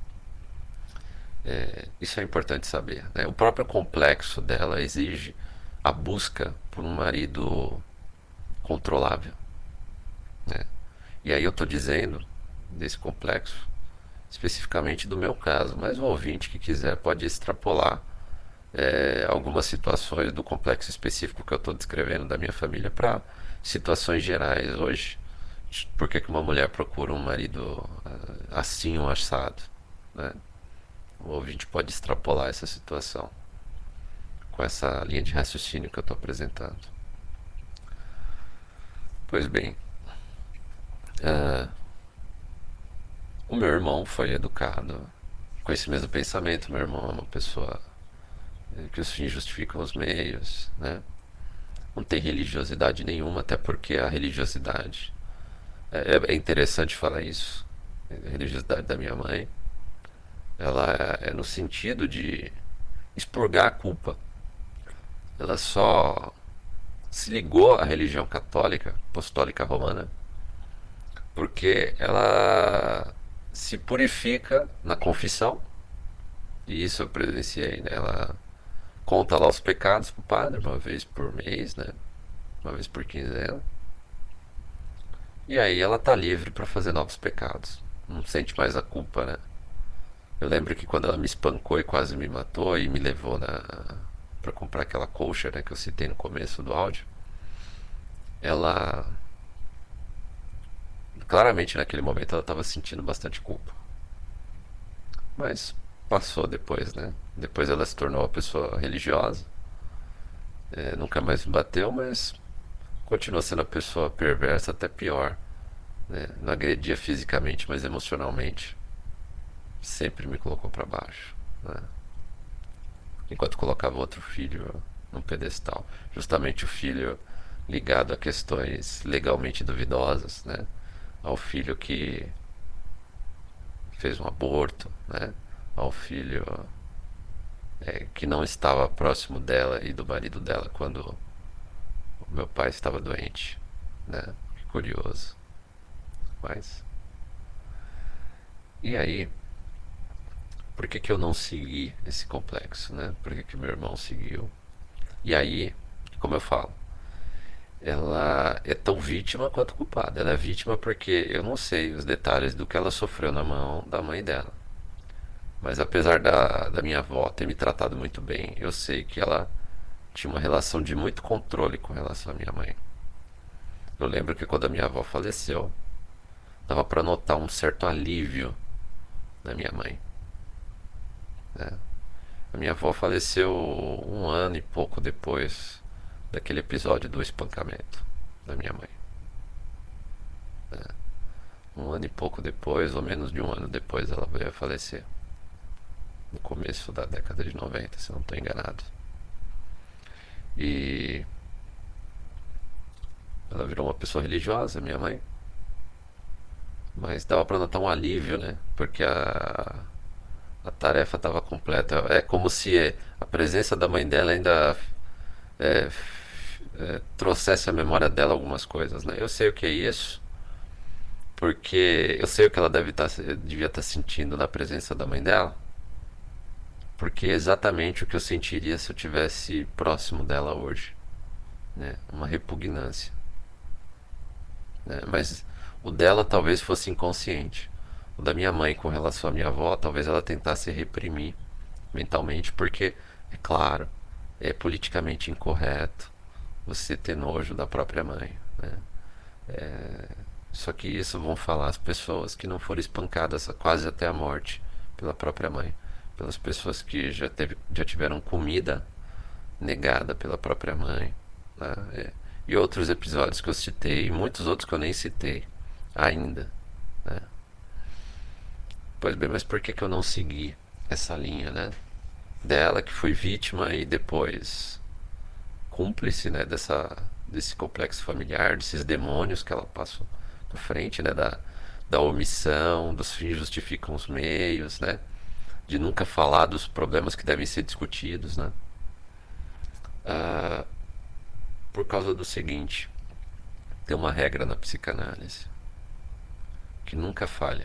É, isso é importante saber, né? O próprio complexo dela exige a busca por um marido controlável, né? E aí eu estou dizendo desse complexo especificamente do meu caso, mas o ouvinte que quiser pode extrapolar é, algumas situações do complexo específico que eu estou descrevendo da minha família para situações gerais hoje. Por que, que uma mulher procura um marido ah, assim ou assado, né? O ouvinte pode extrapolar essa situação com essa linha de raciocínio que eu estou apresentando. Pois bem, o meu irmão foi educado com esse mesmo pensamento. Meu irmão é uma pessoa que os fins justificam os meios, né? Não tem religiosidade nenhuma, até porque a religiosidade é, é interessante falar isso. A religiosidade da minha mãe, ela é, é no sentido de expurgar a culpa. Ela só se ligou à religião católica, apostólica romana, porque ela se purifica na confissão, e isso eu presenciei, né? Ela conta lá os pecados pro padre uma vez por mês, né? Uma vez por quinzena. E aí ela tá livre para fazer novos pecados. Não sente mais a culpa, né? Eu lembro que quando ela me espancou e quase me matou e me levou na para comprar aquela colcha, né, que eu citei no começo do áudio, ela claramente naquele momento ela estava sentindo bastante culpa. Mas passou depois, né? Depois ela se tornou uma pessoa religiosa. É, nunca mais me bateu, mas continua sendo uma pessoa perversa, até pior, né? Não agredia fisicamente, mas emocionalmente sempre me colocou para baixo, né? Enquanto colocava outro filho num pedestal, justamente o filho ligado a questões legalmente duvidosas, né? Ao filho que fez um aborto, né? Ao filho é, que não estava próximo dela e do marido dela quando o meu pai estava doente, né? Que curioso. Mas e aí por que que eu não segui esse complexo, né? Por que que meu irmão seguiu? E aí, como eu falo, ela é tão vítima quanto culpada. Ela é vítima porque eu não sei os detalhes do que ela sofreu na mão da mãe dela. Mas apesar da, da minha avó ter me tratado muito bem, eu sei que ela tinha uma relação de muito controle com relação à minha mãe. Eu lembro que quando a minha avó faleceu, dava para notar um certo alívio na minha mãe, né? A minha avó faleceu um ano e pouco depois daquele episódio do espancamento da minha mãe. Um ano e pouco depois, ou menos de um ano depois, ela veio a falecer. No começo da década de noventa, se eu não estou enganado. E ela virou uma pessoa religiosa, minha mãe. Mas dava para notar um alívio, né? Porque a, a tarefa estava completa. É como se a presença da mãe dela ainda é, é, trouxesse à memória dela algumas coisas, né? Eu sei o que é isso, porque eu sei o que ela deve tá, devia estar sentindo na presença da mãe dela, porque é exatamente o que eu sentiria se eu tivesse próximo dela hoje, né? Uma repugnância, né? Mas o dela talvez fosse inconsciente. O da minha mãe com relação à minha avó, talvez ela tentasse reprimir mentalmente, porque, é claro, é politicamente incorreto você ter nojo da própria mãe, né? Só que isso vão falar as pessoas que não foram espancadas quase até a morte pela própria mãe, pelas pessoas que já, teve, já tiveram comida negada pela própria mãe, né? É, e outros episódios que eu citei, e muitos outros que eu nem citei ainda, né? Pois bem, mas por que, que eu não segui essa linha, né? Dela que foi vítima e depois cúmplice, né, dessa, desse complexo familiar, desses demônios que ela passou na frente, né, da, da omissão, dos fins justificam os meios, né, de nunca falar dos problemas que devem ser discutidos, né, ah, por causa do seguinte, tem uma regra na psicanálise que nunca falha.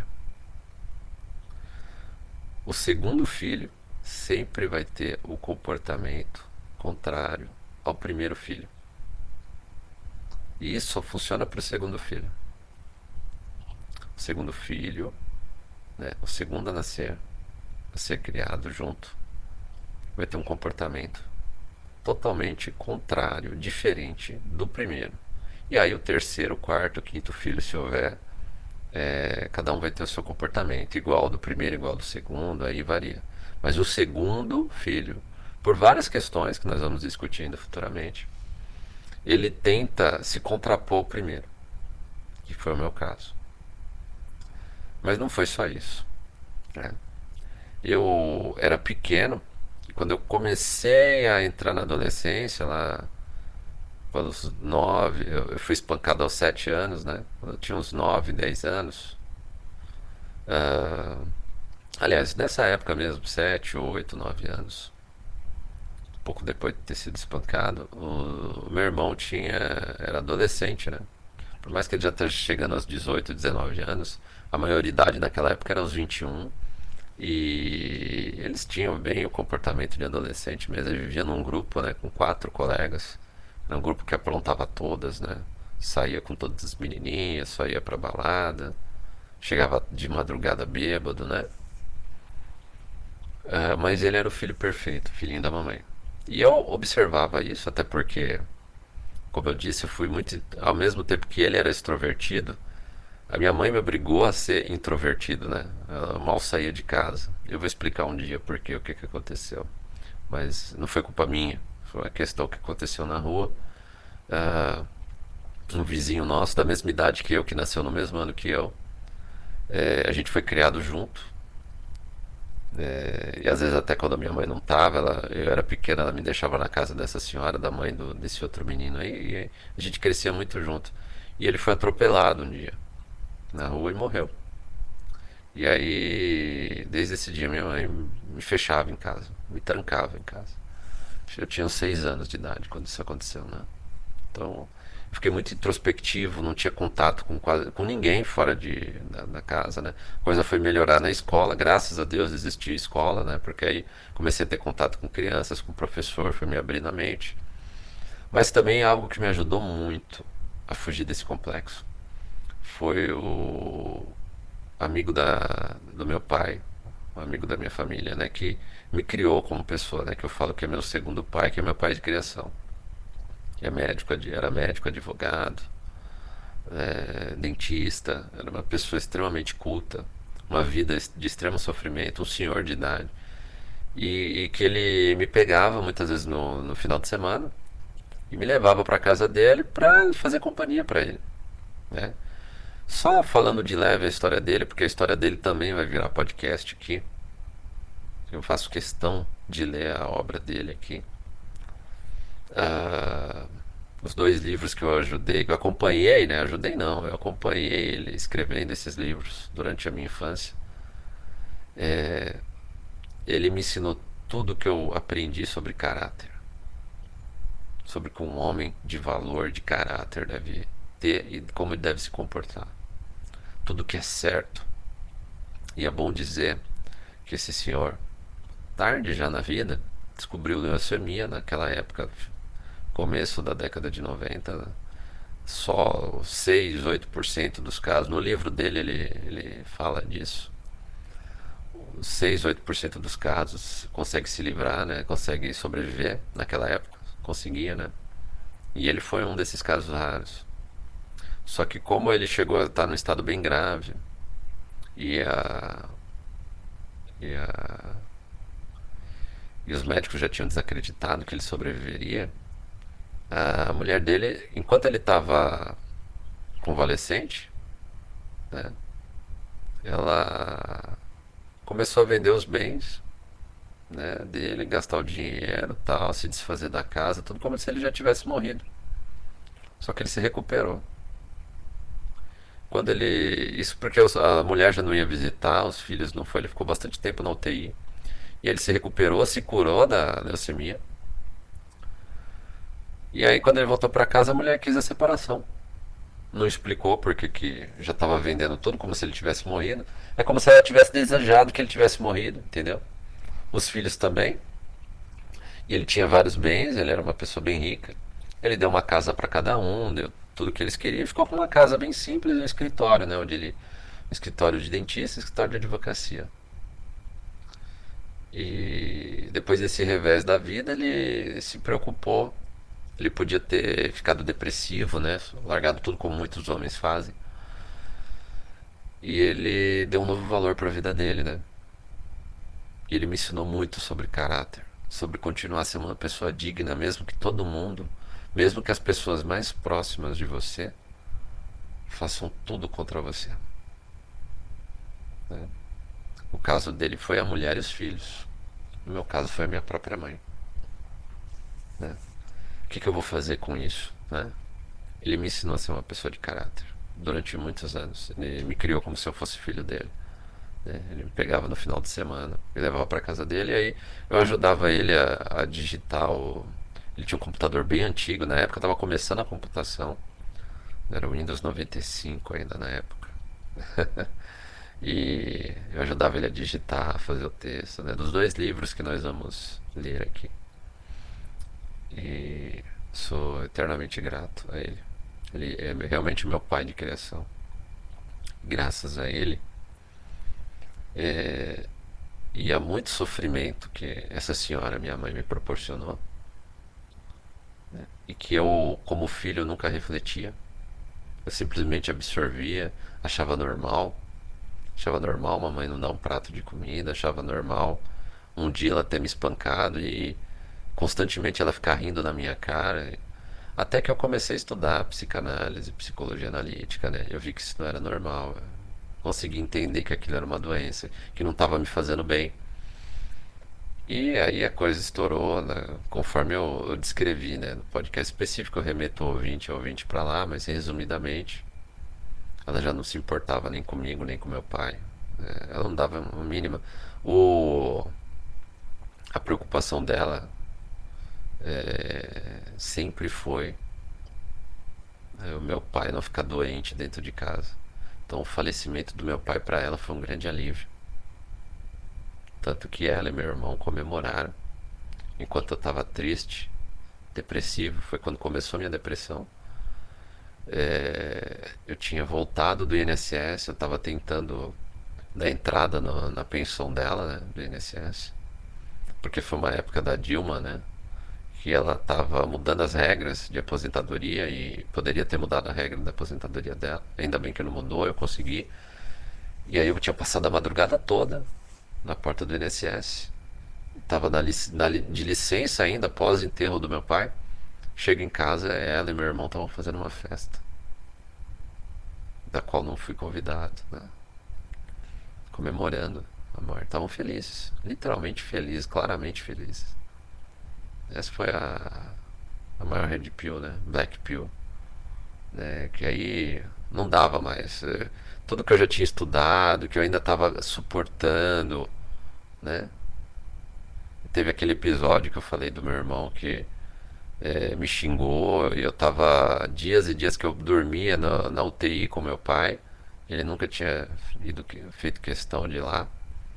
O segundo filho sempre vai ter o comportamento contrário ao primeiro filho. E isso só funciona para o segundo filho. O segundo filho, né, o segundo a nascer, a ser criado junto, vai ter um comportamento totalmente contrário, diferente do primeiro. E aí o terceiro, quarto, quinto filho, se houver, é, cada um vai ter o seu comportamento, igual ao do primeiro, igual ao do segundo, aí varia. Mas o segundo filho, por várias questões que nós vamos discutindo futuramente, ele tenta se contrapor ao primeiro, que foi o meu caso. Mas não foi só isso, né? Eu era pequeno, e quando eu comecei a entrar na adolescência, lá pelos nove, eu, eu fui espancado aos sete anos, né? Quando eu tinha uns nove, dez anos. Ah, aliás, nessa época mesmo, sete, oito, nove anos, pouco depois de ter sido espancado, o, o meu irmão tinha, era adolescente, né? Por mais que ele já esteja chegando aos dezoito, dezenove anos, a maioridade naquela época era aos vinte e um. E eles tinham bem o comportamento de adolescente mesmo. Ele vivia num grupo, né, com quatro colegas. Era um grupo que aprontava todas, né? Saía com todas as menininhas, só ia pra balada. Chegava de madrugada bêbado, né? Ah, mas ele era o filho perfeito, filhinho da mamãe. E eu observava isso, até porque, como eu disse, eu fui muito. Ao mesmo tempo que ele era extrovertido, a minha mãe me obrigou a ser introvertido, né? Ela mal saía de casa. Eu vou explicar um dia por quê, o que, que aconteceu. Mas não foi culpa minha. Foi uma questão que aconteceu na rua. Ah, um vizinho nosso, da mesma idade que eu, que nasceu no mesmo ano que eu. É, a gente foi criado junto. É, e às vezes até quando a minha mãe não estava, ela, eu era pequena, ela me deixava na casa dessa senhora, da mãe do, desse outro menino aí. E a gente crescia muito junto. E ele foi atropelado um dia na rua e morreu. E aí, desde esse dia, minha mãe me fechava em casa, me trancava em casa. Eu tinha seis anos de idade quando isso aconteceu, né? Então, Fiquei muito introspectivo, não tinha contato com quase com ninguém fora de, da, da casa, né? A coisa foi melhorar na escola, graças a Deus existia escola, né? Porque aí comecei a ter contato com crianças, com o professor, foi me abrindo a mente. Mas também algo que me ajudou muito a fugir desse complexo foi o amigo da, do meu pai, um amigo da minha família, né? Que me criou como pessoa, né? Que eu falo que é meu segundo pai, que é meu pai de criação. Que é médico, era médico, advogado, é, dentista, era uma pessoa extremamente culta, uma vida de extremo sofrimento, um senhor de idade. E, e que ele me pegava muitas vezes no, no final de semana e me levava para casa dele para fazer companhia para ele, né? Só falando de leve a história dele, porque a história dele também vai virar podcast aqui. Eu faço questão de ler a obra dele aqui. Ah, os dois livros que eu ajudei, que eu acompanhei, né? Ajudei não, eu acompanhei ele escrevendo esses livros durante a minha infância. Ele me ensinou tudo que eu aprendi sobre caráter, sobre como um homem de valor, de caráter deve ter e como ele deve se comportar. Tudo que é certo. E é bom dizer que esse senhor, tarde já na vida, descobriu leucemia naquela época, começo da década de noventa, né? Só seis, oito por cento dos casos. No livro dele ele, ele fala disso. Seis, oito por cento dos casos consegue se livrar, né? Consegue sobreviver naquela época. Conseguia, né? E ele foi um desses casos raros. Só que como ele chegou a estar num estado bem grave e a, e a e os médicos já tinham desacreditado que ele sobreviveria, a mulher dele, enquanto ele estava convalescente, né, ela começou a vender os bens, né, dele, gastar o dinheiro, tal, se desfazer da casa, tudo como se ele já tivesse morrido. Só que ele se recuperou. Quando ele, isso porque a mulher já não ia visitar, os filhos não foi, ele ficou bastante tempo na U T I. E ele se recuperou, se curou da leucemia. E aí quando ele voltou para casa, a mulher quis a separação. Não explicou porque que já estava vendendo tudo como se ele tivesse morrido. É como se ela tivesse desejado que ele tivesse morrido, entendeu? Os filhos também. E ele tinha vários bens, ele era uma pessoa bem rica. Ele deu uma casa para cada um, deu tudo que eles queriam. E ficou com uma casa bem simples, um escritório, né? Onde ele, um escritório de dentista, um escritório de advocacia. E depois desse revés da vida, ele se preocupou. Ele podia ter ficado depressivo, né? Largado tudo como muitos homens fazem. E ele deu um novo valor para a vida dele, né? E ele me ensinou muito sobre caráter, sobre continuar sendo uma pessoa digna, mesmo que todo mundo, mesmo que as pessoas mais próximas de você façam tudo contra você, né? O caso dele foi a mulher e os filhos. No meu caso foi a minha própria mãe, né? O que, que eu vou fazer com isso, né? Ele me ensinou a ser uma pessoa de caráter durante muitos anos. Ele me criou como se eu fosse filho dele, né? Ele me pegava no final de semana, me levava para casa dele e aí eu ajudava ele a, a digitar o... Ele tinha um computador bem antigo, na época eu estava começando a computação, era o Windows noventa e cinco ainda na época. E eu ajudava ele a digitar, a fazer o texto, né, dos dois livros que nós vamos ler aqui. E sou eternamente grato a ele. Ele é realmente meu pai de criação. Graças a ele, é, e há muito sofrimento que essa senhora, minha mãe, me proporcionou, né, e que eu, como filho, nunca refletia. Eu simplesmente absorvia, achava normal. Achava normal mamãe não dar um prato de comida, achava normal um dia ela ter me espancado e constantemente ela ficar rindo na minha cara. Até que eu comecei a estudar psicanálise, psicologia analítica, né? Eu vi que isso não era normal. Eu consegui entender que aquilo era uma doença, que não estava me fazendo bem. E aí a coisa estourou, né? Conforme eu, eu descrevi, né? No podcast específico eu remeto o ouvinte ao ouvinte para lá, mas resumidamente, ela já não se importava nem comigo, nem com meu pai, né? Ela não dava uma mínima. O, a preocupação dela é, sempre foi é, o meu pai não ficar doente dentro de casa. Então o falecimento do meu pai para ela foi um grande alívio. Tanto que ela e meu irmão comemoraram. Enquanto eu estava triste, depressivo, foi quando começou a minha depressão. É, eu tinha voltado do I N S S, eu estava tentando dar entrada no- na pensão dela, né, do I N S S, porque foi uma época da Dilma, né, que ela estava mudando as regras de aposentadoria e poderia ter mudado a regra da aposentadoria dela. Ainda bem que não mudou, eu consegui. E aí eu tinha passado a madrugada toda na porta do I N S S. Tava na, na, de licença ainda, após o enterro do meu pai. Chego em casa, ela e meu irmão estavam fazendo uma festa, da qual não fui convidado, né? Comemorando a morte. Estavam felizes, literalmente felizes, claramente felizes. Essa foi a, a maior Red Pill, né? Black Pill, né? Que aí não dava mais. Tudo que eu já tinha estudado, que eu ainda estava suportando, né? Teve aquele episódio que eu falei do meu irmão que é, me xingou e eu tava dias e dias que eu dormia na, na U T I com meu pai. Ele nunca tinha ido, feito questão de ir lá.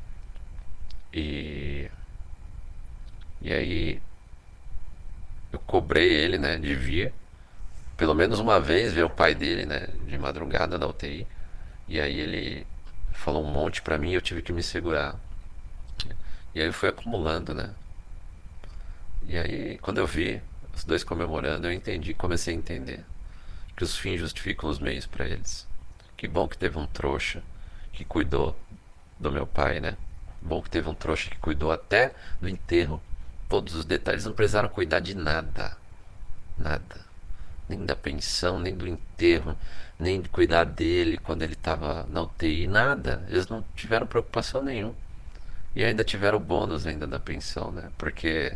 E, e aí eu cobrei ele, né, de vir pelo menos uma vez ver o pai dele, né, de madrugada na U T I. E aí ele falou um monte pra mim e eu tive que me segurar. E aí foi acumulando, né? E aí quando eu vi os dois comemorando, eu entendi, comecei a entender que os fins justificam os meios pra eles. Que bom que teve um trouxa que cuidou do meu pai, né? Bom que teve um trouxa que cuidou até do enterro. Todos os detalhes, não precisaram cuidar de nada. Nada. Nem da pensão, nem do enterro, nem de cuidar dele quando ele estava na U T I, nada. Eles não tiveram preocupação nenhuma. E ainda tiveram o bônus ainda da pensão, né? Porque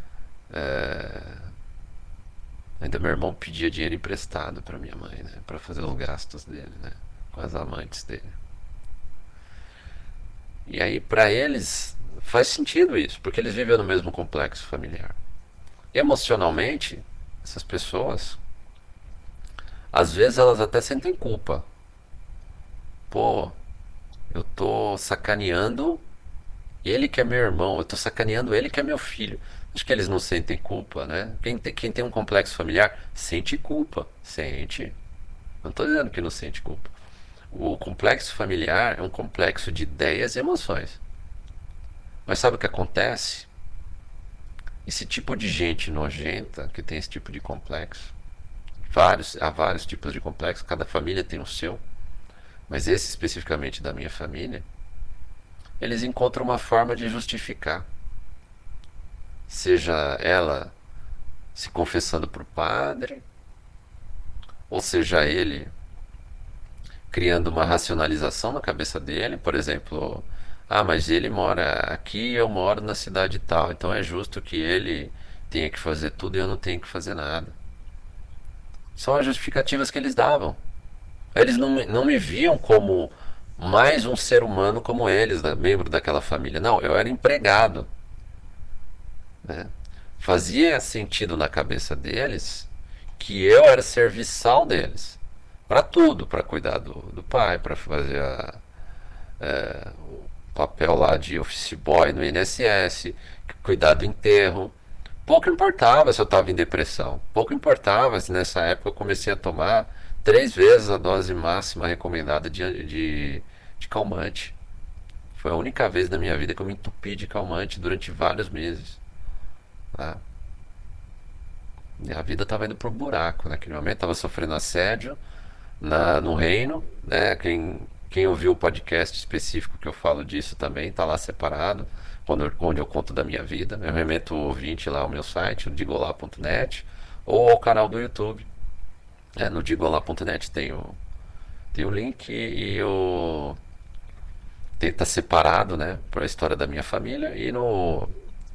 ainda meu irmão pedia dinheiro emprestado para minha mãe, né? Para fazer os gastos dele, né? Com as amantes dele. E aí, para eles, faz sentido isso, porque eles vivem no mesmo complexo familiar. Emocionalmente, essas pessoas, às vezes elas até sentem culpa. Pô, eu tô sacaneando ele que é meu irmão, eu tô sacaneando ele que é meu filho. Acho que eles não sentem culpa, né? Quem tem, quem tem um complexo familiar sente culpa. Sente. Não tô dizendo que não sente culpa. O complexo familiar é um complexo de ideias e emoções. Mas sabe o que acontece? Esse tipo de gente nojenta que tem esse tipo de complexo, vários, há vários tipos de complexo, cada família tem o seu, mas esse especificamente da minha família, eles encontram uma forma de justificar. Seja ela se confessando para o padre, ou seja ele criando uma racionalização na cabeça dele, por exemplo, ah, mas ele mora aqui e eu moro na cidade tal, então é justo que ele tenha que fazer tudo e eu não tenho que fazer nada. São as justificativas que eles davam. Eles não, não me viam como mais um ser humano como eles, né, membro daquela família. Não, eu era empregado. Né? Fazia sentido na cabeça deles que eu era serviçal deles. Para tudo, para cuidar do, do pai, para fazer a, é, o papel lá de office boy no I N S S, cuidar do enterro. Pouco importava se eu estava em depressão. Pouco importava se nessa época eu comecei a tomar três vezes a dose máxima recomendada de, de, de calmante. Foi a única vez na minha vida que eu me entupi de calmante durante vários meses. Tá? E a vida estava indo pro buraco naquele momento. Estava sofrendo assédio na, no reino. Né? Quem, quem ouviu o podcast específico que eu falo disso também está lá separado, onde eu, onde eu conto da minha vida. Eu remeto o ouvinte lá ao meu site, o digolá ponto net, ou ao canal do YouTube. É, no digolá ponto net tem o, tem o link e o. Tem, tá separado, né, por a história da minha família, e no,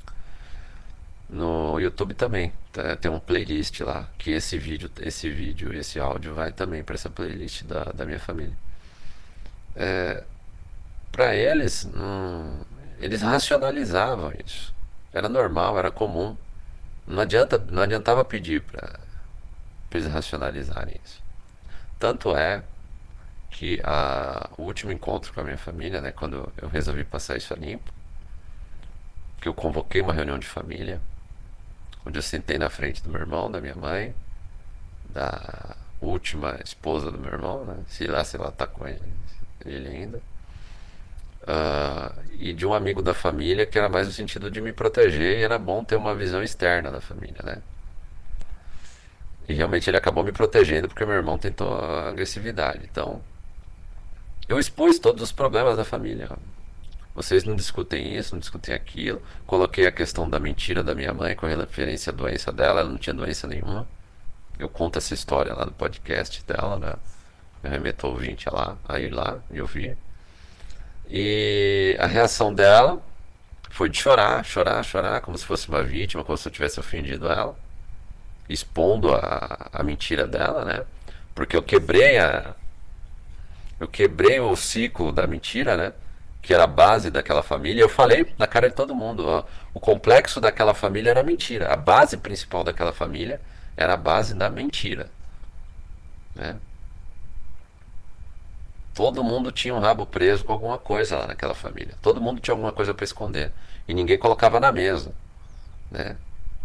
no YouTube também. Tá, tem um playlist lá, que esse vídeo, esse vídeo, esse áudio vai também para essa playlist da, da minha família. Para eles, hum, eles racionalizavam isso. Era normal, era comum. Não adianta, não adiantava pedir para para eles racionalizarem isso. Tanto é que a, o último encontro com a minha família, né, quando eu resolvi passar isso a limpo, que eu convoquei uma reunião de família, onde eu sentei na frente do meu irmão, da minha mãe, da última esposa do meu irmão, né, sei lá se ela tá com ele, ele ainda, uh, e de um amigo da família que era mais no sentido de me proteger e era bom ter uma visão externa da família, né? E realmente ele acabou me protegendo porque meu irmão tentou a agressividade. Então, eu expus todos os problemas da família. Vocês não discutem isso, não discutem aquilo. Coloquei a questão da mentira da minha mãe com referência à doença dela. Ela não tinha doença nenhuma. Eu conto essa história lá no podcast dela, né? Eu remeto ao ouvinte a lá, a ir lá e ouvir. E a reação dela foi de chorar, chorar, chorar, como se fosse uma vítima, como se eu tivesse ofendido ela, expondo a, a mentira dela, né? Porque eu quebrei a, eu quebrei o ciclo da mentira, né? Que era a base daquela família. Eu falei na cara de todo mundo, ó, o complexo daquela família era mentira. A base principal daquela família era a base da mentira, né? Todo mundo tinha um rabo preso com alguma coisa lá naquela família. Todo mundo tinha alguma coisa para esconder e ninguém colocava na mesa, né?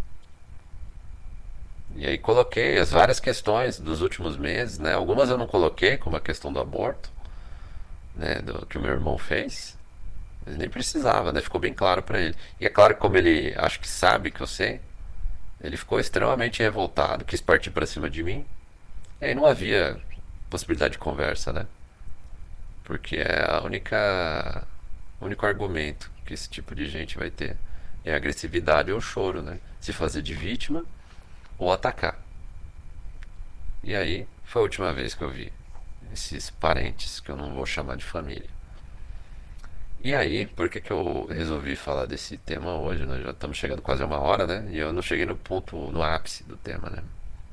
E aí coloquei as várias questões dos últimos meses, né? Algumas eu não coloquei, como a questão do aborto, né? Do que o meu irmão fez. Mas nem precisava, né? Ficou bem claro para ele. E é claro que como ele acho que sabe que eu sei, ele ficou extremamente revoltado, quis partir para cima de mim. E aí não havia possibilidade de conversa, né? Porque é a única, o único argumento que esse tipo de gente vai ter é a agressividade ou o choro, né? Se fazer de vítima ou atacar. E aí foi a última vez que eu vi esses parentes que eu não vou chamar de família. E aí, por que, que eu resolvi falar desse tema hoje? Nós já estamos chegando quase a uma hora, né? E eu não cheguei no ponto, no ápice do tema, né?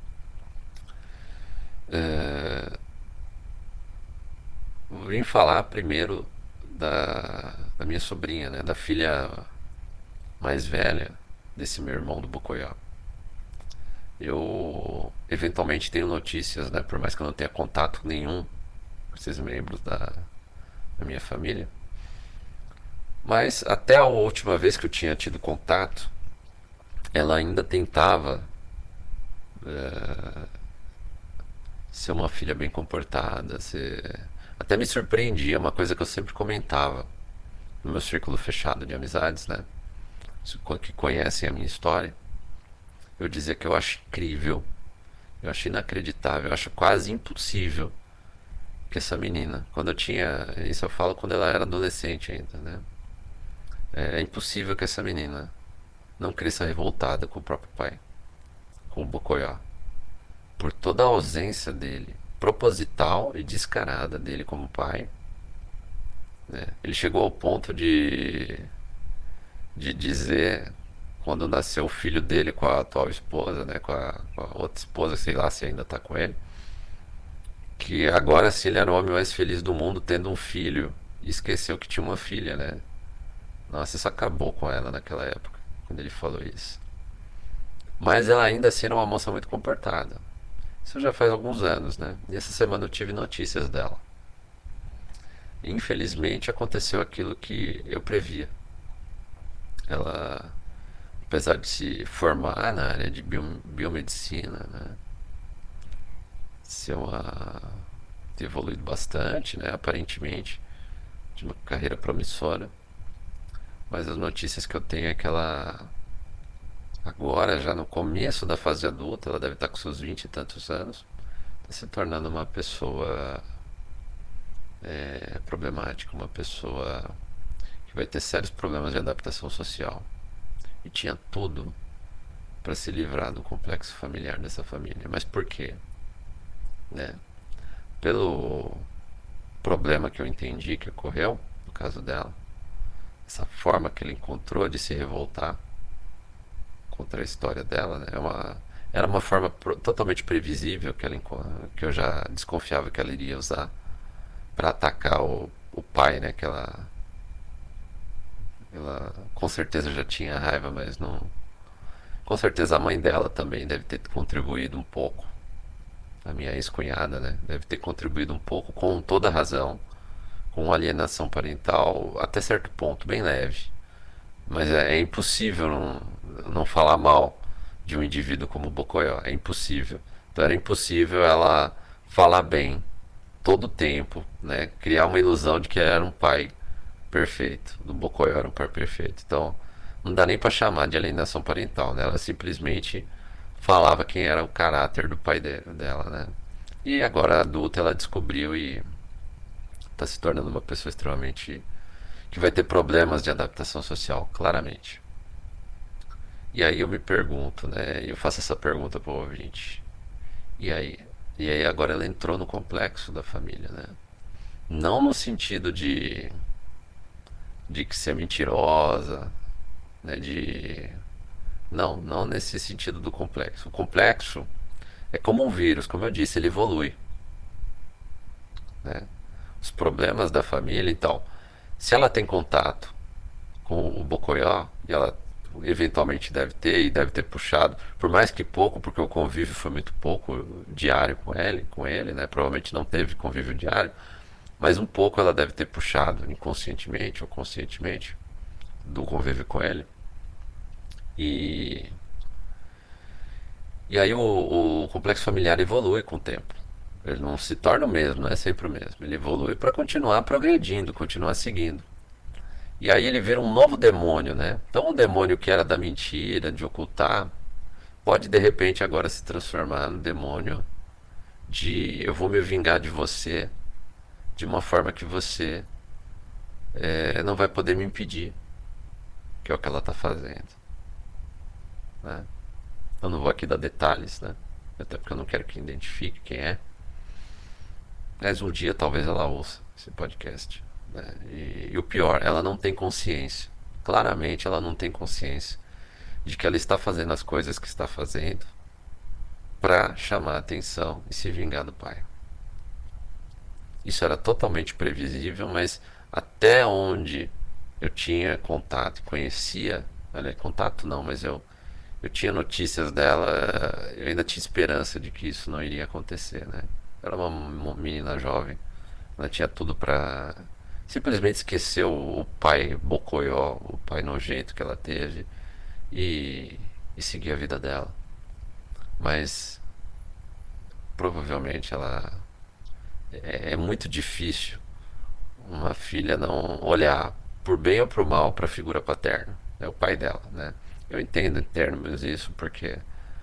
É, vim falar primeiro da, da minha sobrinha, né? Da filha mais velha desse meu irmão do Bocoió. Eu eventualmente tenho notícias, né? Por mais que eu não tenha contato nenhum com esses membros da, da minha família. Mas até a última vez que eu tinha tido contato, ela ainda tentava é, ser uma filha bem comportada. Ser... Até me surpreendia, uma coisa que eu sempre comentava no meu círculo fechado de amizades, né? Que conhecem a minha história. Eu dizia que eu acho incrível, eu acho inacreditável, eu acho quase impossível que essa menina, quando eu tinha, isso eu falo quando ela era adolescente ainda, né? É impossível que essa menina não cresça revoltada com o próprio pai, com o Bocoió, por toda a ausência dele, proposital e descarada dele como pai, né? Ele chegou ao ponto de, de dizer, quando nasceu o filho dele com a atual esposa, né, com a, com a outra esposa, sei lá se ainda está com ele, que agora sim ele era o homem mais feliz do mundo tendo um filho e esqueceu que tinha uma filha, né? Nossa, isso acabou com ela naquela época, quando ele falou isso. Mas ela ainda assim era uma moça muito comportada. Isso já faz alguns anos, né? E essa semana eu tive notícias dela. Infelizmente aconteceu aquilo que eu previa. Ela, apesar de se formar na área de biomedicina, né? Ser uma... ter evoluído bastante, né? Aparentemente, de uma carreira promissora. Mas as notícias que eu tenho é que ela agora, já no começo da fase adulta, ela deve estar com seus vinte e tantos anos, está se tornando uma pessoa é, problemática, uma pessoa que vai ter sérios problemas de adaptação social. E tinha tudo para se livrar do complexo familiar dessa família. Mas por quê? Né? Pelo problema que eu entendi que ocorreu no caso dela, essa forma que ele encontrou de se revoltar contra a história dela, né? É uma, era uma forma pro, totalmente previsível que, ela, que eu já desconfiava que ela iria usar para atacar o, o pai, né? Que ela, ela com certeza já tinha raiva, mas não. Com certeza a mãe dela também deve ter contribuído um pouco a minha ex-cunhada, né? Deve ter contribuído um pouco, com toda razão, com alienação parental até certo ponto, bem leve. Mas é, é impossível não, não falar mal de um indivíduo como o Bocoyó. É impossível. Então era impossível ela falar bem todo o tempo, né? Criar uma ilusão de que era um pai perfeito. Do Bocoyó era um pai perfeito. Então não dá nem para chamar de alienação parental, né? Ela simplesmente falava quem era o caráter do pai de, dela, né? E agora adulta ela descobriu e está se tornando uma pessoa extremamente que vai ter problemas de adaptação social, claramente. E aí eu me pergunto, né? Eu faço essa pergunta pro ouvinte. E aí? E aí agora ela entrou no complexo da família, né? Não no sentido de de que ser mentirosa, né? De não, não nesse sentido do complexo. O complexo é como um vírus, como eu disse, ele evolui, né? Os problemas da família, então, se ela tem contato com o Bocoió, e ela eventualmente deve ter, e deve ter puxado, por mais que pouco, porque o convívio foi muito pouco diário com ele, com ele, né? Provavelmente não teve convívio diário, mas um pouco ela deve ter puxado, inconscientemente ou conscientemente, do convívio com ele. E, e aí o, o complexo familiar evolui com o tempo. Ele não se torna o mesmo, não é sempre o mesmo. Ele evolui para continuar progredindo, continuar seguindo. E aí ele vira um novo demônio, né? Então um demônio que era da mentira, de ocultar, pode de repente agora se transformar no demônio de eu vou me vingar de você de uma forma que você é, não vai poder me impedir, que é o que ela está fazendo, né? Eu não vou aqui dar detalhes, né? Até porque eu não quero que identifique quem é. Mas um dia talvez ela ouça esse podcast, né? E, e o pior, ela não tem consciência. Claramente ela não tem consciência de que ela está fazendo as coisas que está fazendo para chamar a atenção e se vingar do pai. Isso era totalmente previsível, mas até onde eu tinha contato, conhecia, olha, contato não, mas eu, eu tinha notícias dela, eu ainda tinha esperança de que isso não iria acontecer, né? Era uma, uma menina jovem, ela tinha tudo para simplesmente esquecer o, o pai bocoió, o pai nojento que ela teve e, e seguir a vida dela. Mas provavelmente ela é, é muito difícil uma filha não olhar por bem ou por mal para a figura paterna, é o pai dela, né? Eu entendo em termos isso porque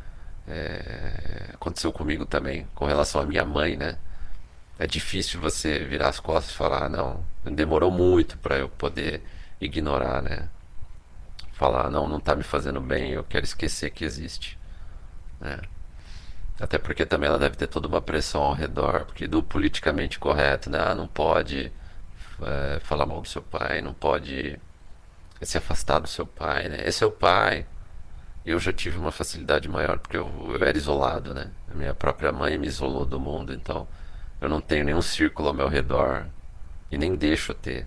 é, aconteceu comigo também com relação à minha mãe, né? É difícil você virar as costas e falar, ah, não, demorou muito para eu poder ignorar, né? Falar, não, não tá me fazendo bem, eu quero esquecer que existe, né? Até porque também ela deve ter toda uma pressão ao redor, porque do politicamente correto, né? Ah, não pode é, falar mal do seu pai, não pode se afastar do seu pai, né? É seu pai. Eu já tive uma facilidade maior porque eu, eu era isolado, né? A minha própria mãe me isolou do mundo, então eu não tenho nenhum círculo ao meu redor e nem deixo ter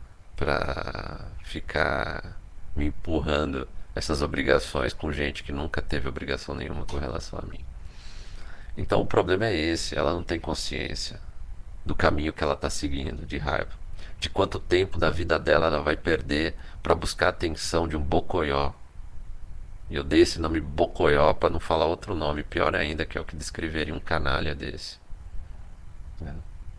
pra ficar me empurrando essas obrigações com gente que nunca teve obrigação nenhuma com relação a mim. Então o problema é esse, ela não tem consciência do caminho que ela está seguindo de raiva, de quanto tempo da vida dela ela vai perder para buscar a atenção de um bocoió. E eu dei esse nome bocoió para não falar outro nome pior ainda, que é o que descreveria um canalha desse, né?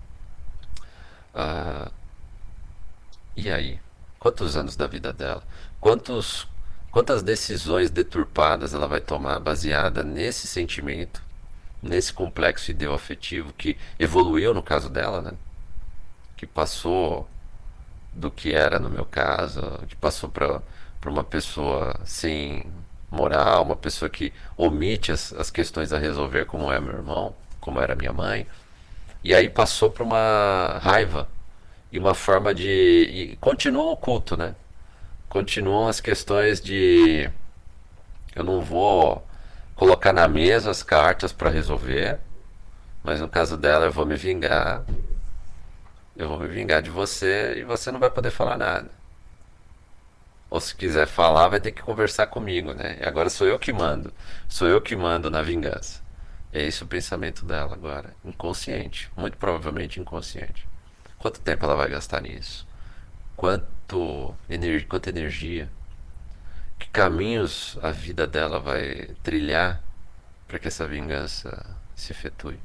Ah, e aí? Quantos anos da vida dela? Quantos, quantas decisões deturpadas ela vai tomar baseada nesse sentimento, nesse complexo ideoafetivo que evoluiu no caso dela, né? Que passou do que era no meu caso, que passou para para uma pessoa sem moral, uma pessoa que omite as, as questões a resolver, como é meu irmão, como era minha mãe, e aí passou para uma raiva e uma forma de. E continua o culto, né? Continuam as questões de eu não vou colocar na mesa as cartas para resolver, mas no caso dela eu vou me vingar, eu vou me vingar de você e você não vai poder falar nada. Ou se quiser falar, vai ter que conversar comigo, né? E agora sou eu que mando. Sou eu que mando na vingança. É esse o pensamento dela agora. Inconsciente. Muito provavelmente inconsciente. Quanto tempo ela vai gastar nisso? Quanto energia, quanta energia? Que caminhos a vida dela vai trilhar para que essa vingança se efetue?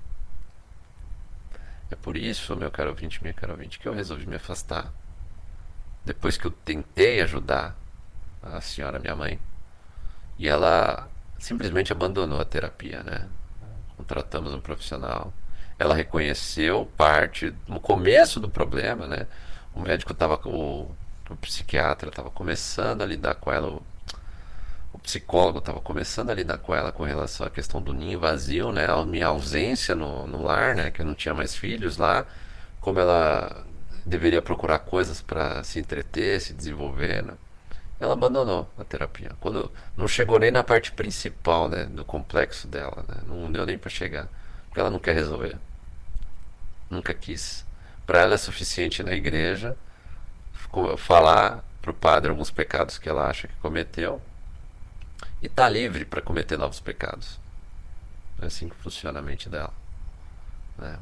É por isso, meu caro ouvinte, minha caro ouvinte, que eu resolvi me afastar. Depois que eu tentei ajudar a senhora, minha mãe, e ela simplesmente abandonou a terapia, né? Contratamos um profissional. Ela reconheceu parte, no começo do problema, né? O médico estava, o, o psiquiatra estava começando a lidar com ela, o, o psicólogo estava começando a lidar com ela com relação à questão do ninho vazio, né? A minha ausência no, no lar, né? Que eu não tinha mais filhos lá, como ela deveria procurar coisas para se entreter, se desenvolver, né? Ela abandonou a terapia. Quando não chegou nem na parte principal, né, do complexo dela, né? Não deu nem para chegar, porque ela não quer resolver. Nunca quis. Para ela é suficiente na igreja falar pro padre alguns pecados que ela acha que cometeu e tá livre para cometer novos pecados. É assim que funciona a mente dela, né?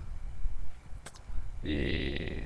E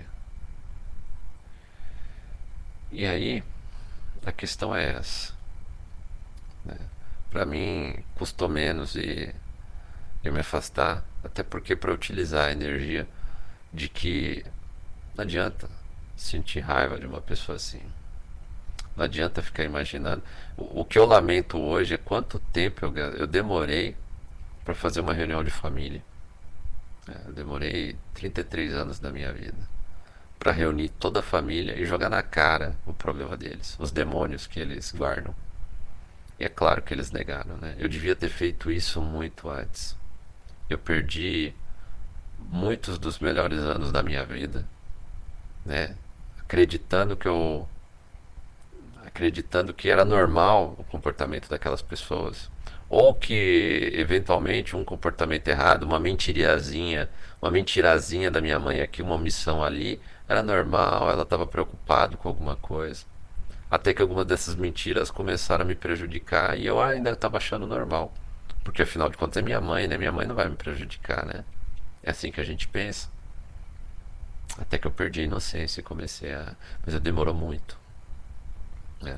e aí a questão é essa, né? Para mim custou menos e eu me afastar, até porque para utilizar a energia de que não adianta sentir raiva de uma pessoa assim. Não adianta ficar imaginando. O, o que eu lamento hoje é quanto tempo eu, eu demorei para fazer uma reunião de família. É, eu demorei trinta e três anos da minha vida para reunir toda a família e jogar na cara o problema deles, os demônios que eles guardam. E é claro que eles negaram, né? Eu devia ter feito isso muito antes. Eu perdi muitos dos melhores anos da minha vida, né? Acreditando que eu acreditando que era normal o comportamento daquelas pessoas, ou que eventualmente um comportamento errado, uma mentirazinha, uma mentirazinha da minha mãe aqui, uma omissão ali, era normal, ela estava preocupada com alguma coisa. Até que algumas dessas mentiras começaram a me prejudicar e eu ainda estava achando normal. Porque afinal de contas é minha mãe, né? Minha mãe não vai me prejudicar, né? É assim que a gente pensa. Até que eu perdi a inocência e comecei a. Mas demorou muito, né?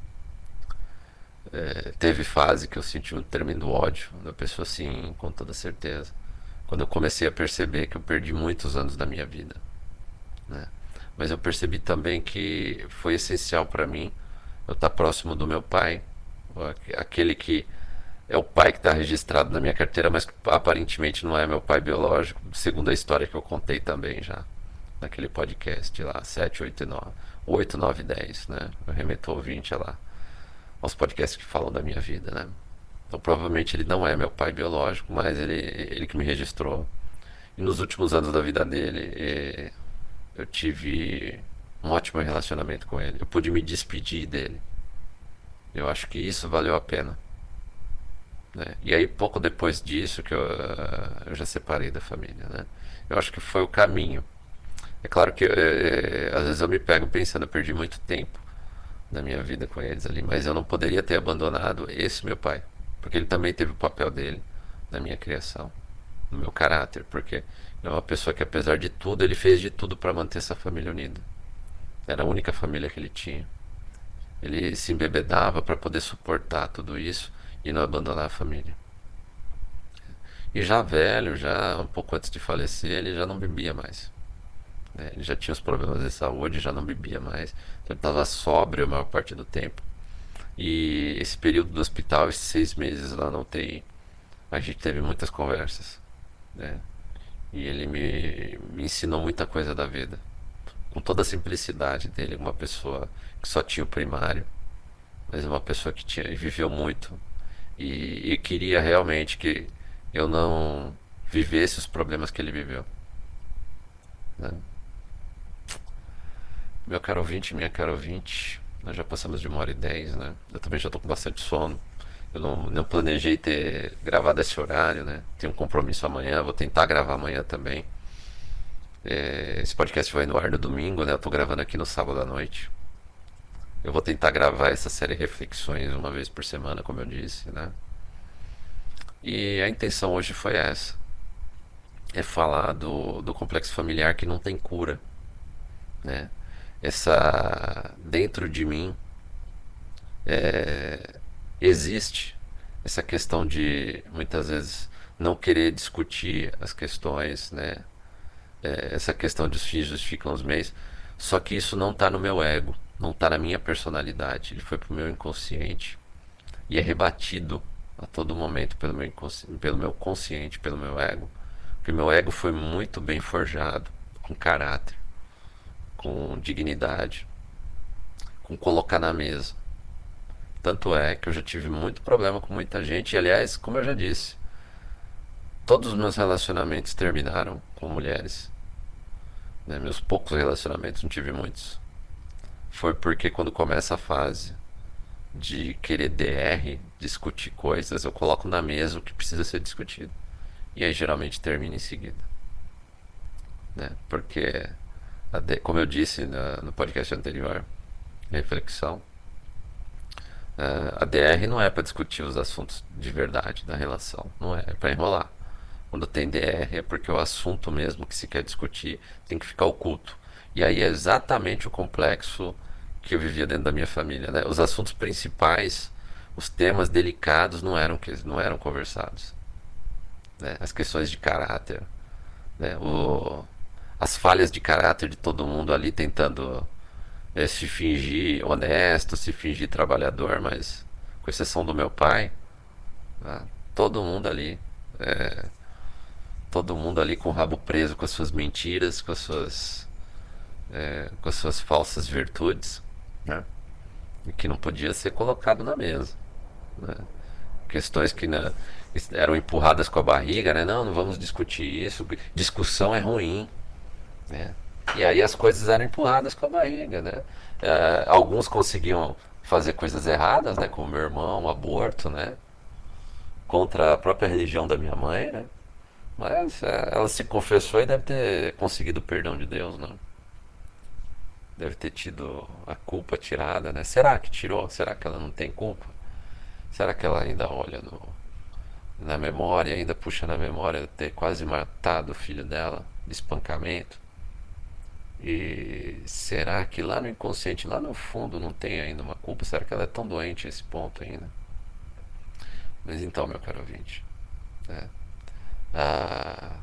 É, teve fase que eu senti um tremendo ódio da pessoa, assim, com toda certeza. Quando eu comecei a perceber que eu perdi muitos anos da minha vida, né? Mas eu percebi também que foi essencial para mim eu estar próximo do meu pai, aquele que é o pai que está registrado na minha carteira, mas que aparentemente não é meu pai biológico, segundo a história que eu contei também já naquele podcast lá, sete oito e nove oito nove dez, né? Eu remeto o ouvinte lá aos podcasts que falam da minha vida, né? Então provavelmente ele não é meu pai biológico, mas ele, ele que me registrou. E nos últimos anos da vida dele, eh, eu tive um ótimo relacionamento com ele. Eu pude me despedir dele. Eu acho que isso valeu a pena, né? E aí pouco depois disso que eu, eh, eu já separei da família, né? Eu acho que foi o caminho. É claro que eh, às vezes eu me pego pensando, eu perdi muito tempo da minha vida com eles ali, mas eu não poderia ter abandonado esse meu pai, porque ele também teve o papel dele na minha criação, no meu caráter, porque é uma pessoa que apesar de tudo, ele fez de tudo para manter essa família unida. Era a única família que ele tinha. Ele se embebedava para poder suportar tudo isso e não abandonar a família. E já velho, já um pouco antes de falecer, ele já não bebia mais, né? Ele já tinha os problemas de saúde, já não bebia mais. Então ele estava sóbrio a maior parte do tempo. E esse período do hospital, esses seis meses lá na U T I, a gente teve muitas conversas, né? E ele me, me ensinou muita coisa da vida. Com toda a simplicidade dele, uma pessoa que só tinha o primário, mas uma pessoa que tinha, viveu muito. E, e queria realmente que eu não vivesse os problemas que ele viveu, né? Meu caro ouvinte, minha cara ouvinte, nós já passamos de uma hora e dez, né? Eu também já estou com bastante sono. Eu não, não planejei ter gravado esse horário, né? Tenho um compromisso amanhã, vou tentar gravar amanhã também. É, esse podcast vai no ar no domingo, né? Eu tô gravando aqui no sábado à noite. Eu vou tentar gravar essa série Reflexões uma vez por semana, como eu disse, né? E a intenção hoje foi essa. É falar do, do complexo familiar que não tem cura, né? Essa dentro de mim existe essa questão de muitas vezes não querer discutir as questões, né? É, essa questão dos fins justificam os meios. Só que isso não está no meu ego, não está na minha personalidade. Ele foi pro meu inconsciente e é rebatido a todo momento pelo meu, pelo meu consciente, pelo meu ego. Porque meu ego foi muito bem forjado, com caráter, com dignidade, com colocar na mesa. Tanto é que eu já tive muito problema com muita gente. E, aliás, como eu já disse, todos os meus relacionamentos terminaram com mulheres. Né? Meus poucos relacionamentos, não tive muitos. Foi porque quando começa a fase de querer D R, discutir coisas, eu coloco na mesa o que precisa ser discutido. E aí geralmente termina em seguida. Né? Porque, como eu disse no podcast anterior, reflexão, a D R não é para discutir os assuntos de verdade da relação, não é, é para enrolar. Quando tem D R é porque o assunto mesmo que se quer discutir tem que ficar oculto. E aí é exatamente o complexo que eu vivia dentro da minha família, né? Os assuntos principais, os temas delicados não eram que não eram conversados, né? As questões de caráter, né? O, as falhas de caráter de todo mundo ali tentando é, se fingir honesto, se fingir trabalhador, mas com exceção do meu pai, né? Todo mundo ali é, todo mundo ali com o rabo preso com as suas mentiras, com as suas, é, com as suas falsas virtudes, né? E que não podia ser colocado na mesa, né? Questões que né, eram empurradas com a barriga, né? Não, não vamos discutir isso, discussão é ruim, né? E aí as coisas eram empurradas com a barriga, né? É, alguns conseguiam fazer coisas erradas, né? Como meu irmão, um aborto, né? Contra a própria religião da minha mãe, né? Mas é, ela se confessou e deve ter conseguido o perdão de Deus, né? Deve ter tido a culpa tirada, né? Será que tirou? Será que ela não tem culpa? Será que ela ainda olha no, na memória, ainda puxa na memória ter quase matado o filho dela de espancamento? E será que lá no inconsciente, lá no fundo, não tem ainda uma culpa? Será que ela é tão doente a esse ponto ainda? Mas então, meu caro ouvinte, né? Ah,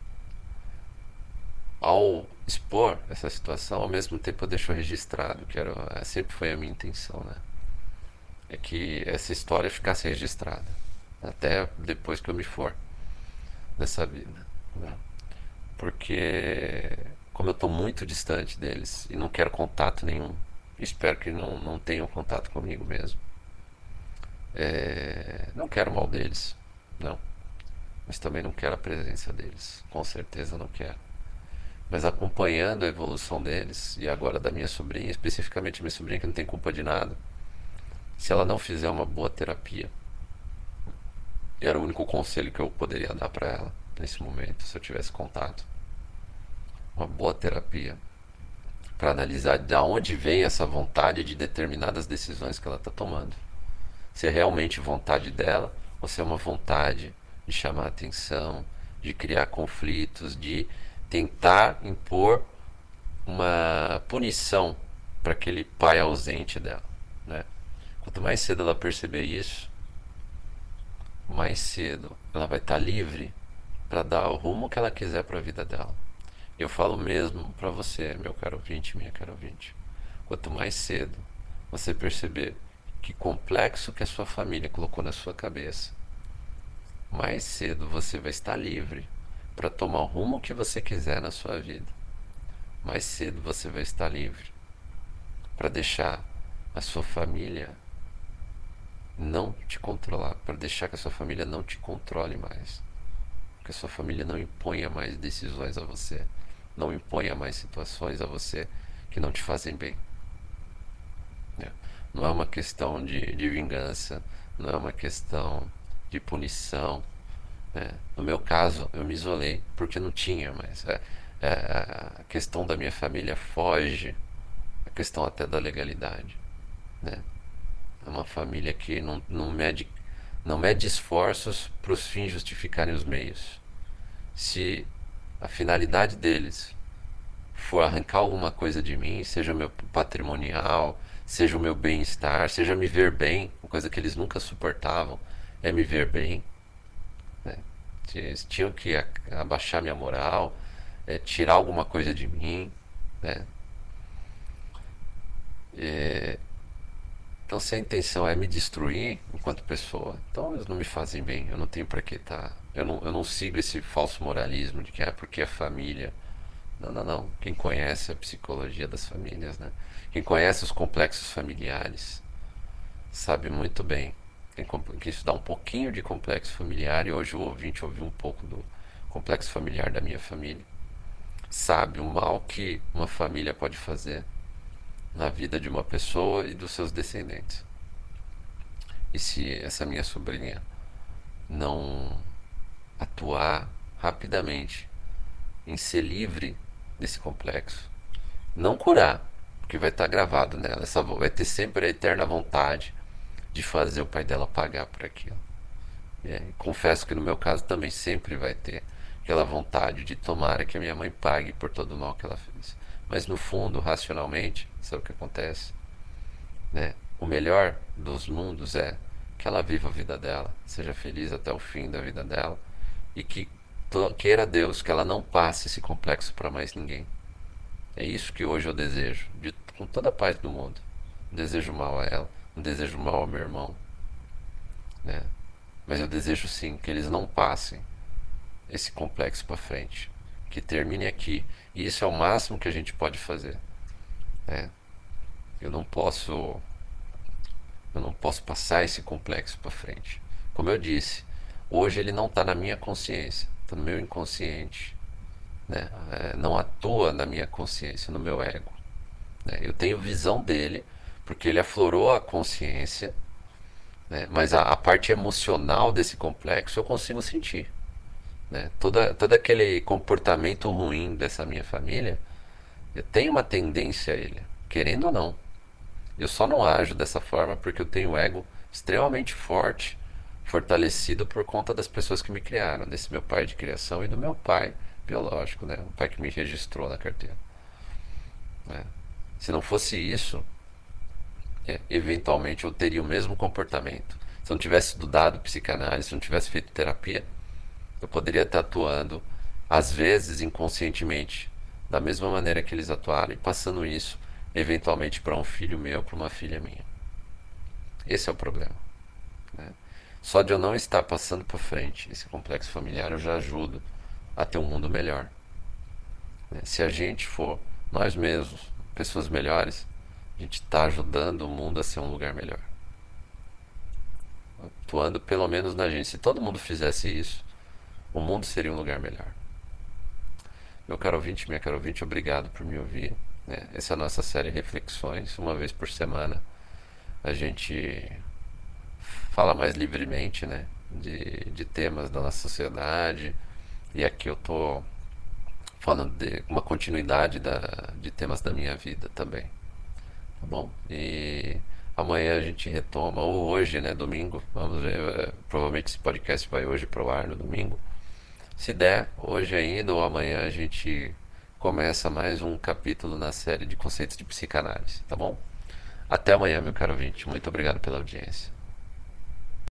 ao expor essa situação, ao mesmo tempo eu deixo registrado, que era, sempre foi a minha intenção, né? É que essa história ficasse registrada, até depois que eu me for dessa vida, né? Porque, como eu estou muito distante deles e não quero contato nenhum, espero que não, não tenham contato comigo mesmo. É, não quero mal deles, não. Mas também não quero a presença deles, com certeza não quero. Mas acompanhando a evolução deles, e agora da minha sobrinha, especificamente minha sobrinha que não tem culpa de nada, se ela não fizer uma boa terapia, era o único conselho que eu poderia dar para ela nesse momento, se eu tivesse contato. Uma boa terapia para analisar de onde vem essa vontade de determinadas decisões que ela está tomando. Se é realmente vontade dela ou se é uma vontade de chamar atenção, de criar conflitos, de tentar impor uma punição para aquele pai ausente dela, né? Quanto mais cedo ela perceber isso, mais cedo ela vai estar livre para dar o rumo que ela quiser para a vida dela. Eu falo mesmo para você, meu caro ouvinte, minha cara ouvinte. Quanto mais cedo você perceber que complexo que a sua família colocou na sua cabeça, mais cedo você vai estar livre para tomar o rumo que você quiser na sua vida. Mais cedo você vai estar livre para deixar a sua família não te controlar, para deixar que a sua família não te controle mais, que a sua família não imponha mais decisões a você, não imponha mais situações a você que não te fazem bem. Não é uma questão de, de vingança, não é uma questão de punição, né? No meu caso, eu me isolei porque não tinha mais. É, é, a questão da minha família foge a questão até da legalidade, né? É uma família que não, não mede Não mede esforços para os fins justificarem os meios. Se a finalidade deles for arrancar alguma coisa de mim, seja o meu patrimonial, seja o meu bem-estar, seja me ver bem, uma coisa que eles nunca suportavam, é me ver bem, né? Eles tinham que abaixar minha moral, é, tirar alguma coisa de mim, né? É, então, se a intenção é me destruir enquanto pessoa, então eles não me fazem bem. Eu não tenho para que estar. Tá, eu, não, eu não sigo esse falso moralismo de que é porque é família. Não, não, não. Quem conhece a psicologia das famílias, né? Quem conhece os complexos familiares, sabe muito bem. Quem que estudar um pouquinho de complexo familiar, e hoje o ouvinte ouviu um pouco do complexo familiar da minha família, sabe o mal que uma família pode fazer na vida de uma pessoa e dos seus descendentes. E se essa minha sobrinha não atuar rapidamente em ser livre desse complexo, não curar, porque vai estar gravado nela, essa vai ter sempre a eterna vontade de fazer o pai dela pagar por aquilo. É, confesso que no meu caso também sempre vai ter aquela vontade de tomara que a minha mãe pague por todo o mal que ela fez. Mas no fundo, racionalmente, sabe o que acontece? Né? O melhor dos mundos é que ela viva a vida dela, seja feliz até o fim da vida dela e que queira Deus que ela não passe esse complexo para mais ninguém. É isso que hoje eu desejo, de, com toda a paz do mundo. Não desejo mal a ela, não desejo mal ao meu irmão, né? Mas eu desejo sim que eles não passem esse complexo para frente, que termine aqui. E isso é o máximo que a gente pode fazer, né? Eu não posso Eu não posso passar esse complexo para frente. Como eu disse, hoje ele não está na minha consciência, está no meu inconsciente, né? É, não atua na minha consciência, no meu ego, né? Eu tenho visão dele porque ele aflorou a consciência, né? Mas a, a parte emocional desse complexo eu consigo sentir, né? Toda, todo aquele comportamento ruim dessa minha família, eu tenho uma tendência a ele, querendo ou não. Eu só não ajo dessa forma porque eu tenho um ego extremamente forte, fortalecido por conta das pessoas que me criaram, desse meu pai de criação e do meu pai biológico, né? O pai que me registrou na carteira, né? Se não fosse isso, é, eventualmente eu teria o mesmo comportamento. Se eu não tivesse estudado psicanálise, se eu não tivesse feito terapia, eu poderia estar atuando, às vezes inconscientemente, da mesma maneira que eles atuaram e passando isso, eventualmente, para um filho meu, para uma filha minha. Esse é o problema, né? Só de eu não estar passando para frente esse complexo familiar, eu já ajudo a ter um mundo melhor, né? Se a gente for nós mesmos, pessoas melhores, a gente está ajudando o mundo a ser um lugar melhor. Atuando pelo menos na gente. Se todo mundo fizesse isso, o mundo seria um lugar melhor. Meu caro ouvinte, minha caro ouvinte, obrigado por me ouvir, né? Essa é a nossa série Reflexões, uma vez por semana. A gente fala mais livremente, né? De, de temas da nossa sociedade. E aqui eu tô falando de uma continuidade da, de temas da minha vida também. Tá bom? E amanhã a gente retoma, ou hoje, né? Domingo. Vamos ver. É, provavelmente esse podcast vai hoje pro ar no domingo. Se der, hoje ainda ou amanhã a gente começa mais um capítulo na série de conceitos de psicanálise, tá bom? Até amanhã, meu caro ouvinte. Muito obrigado pela audiência.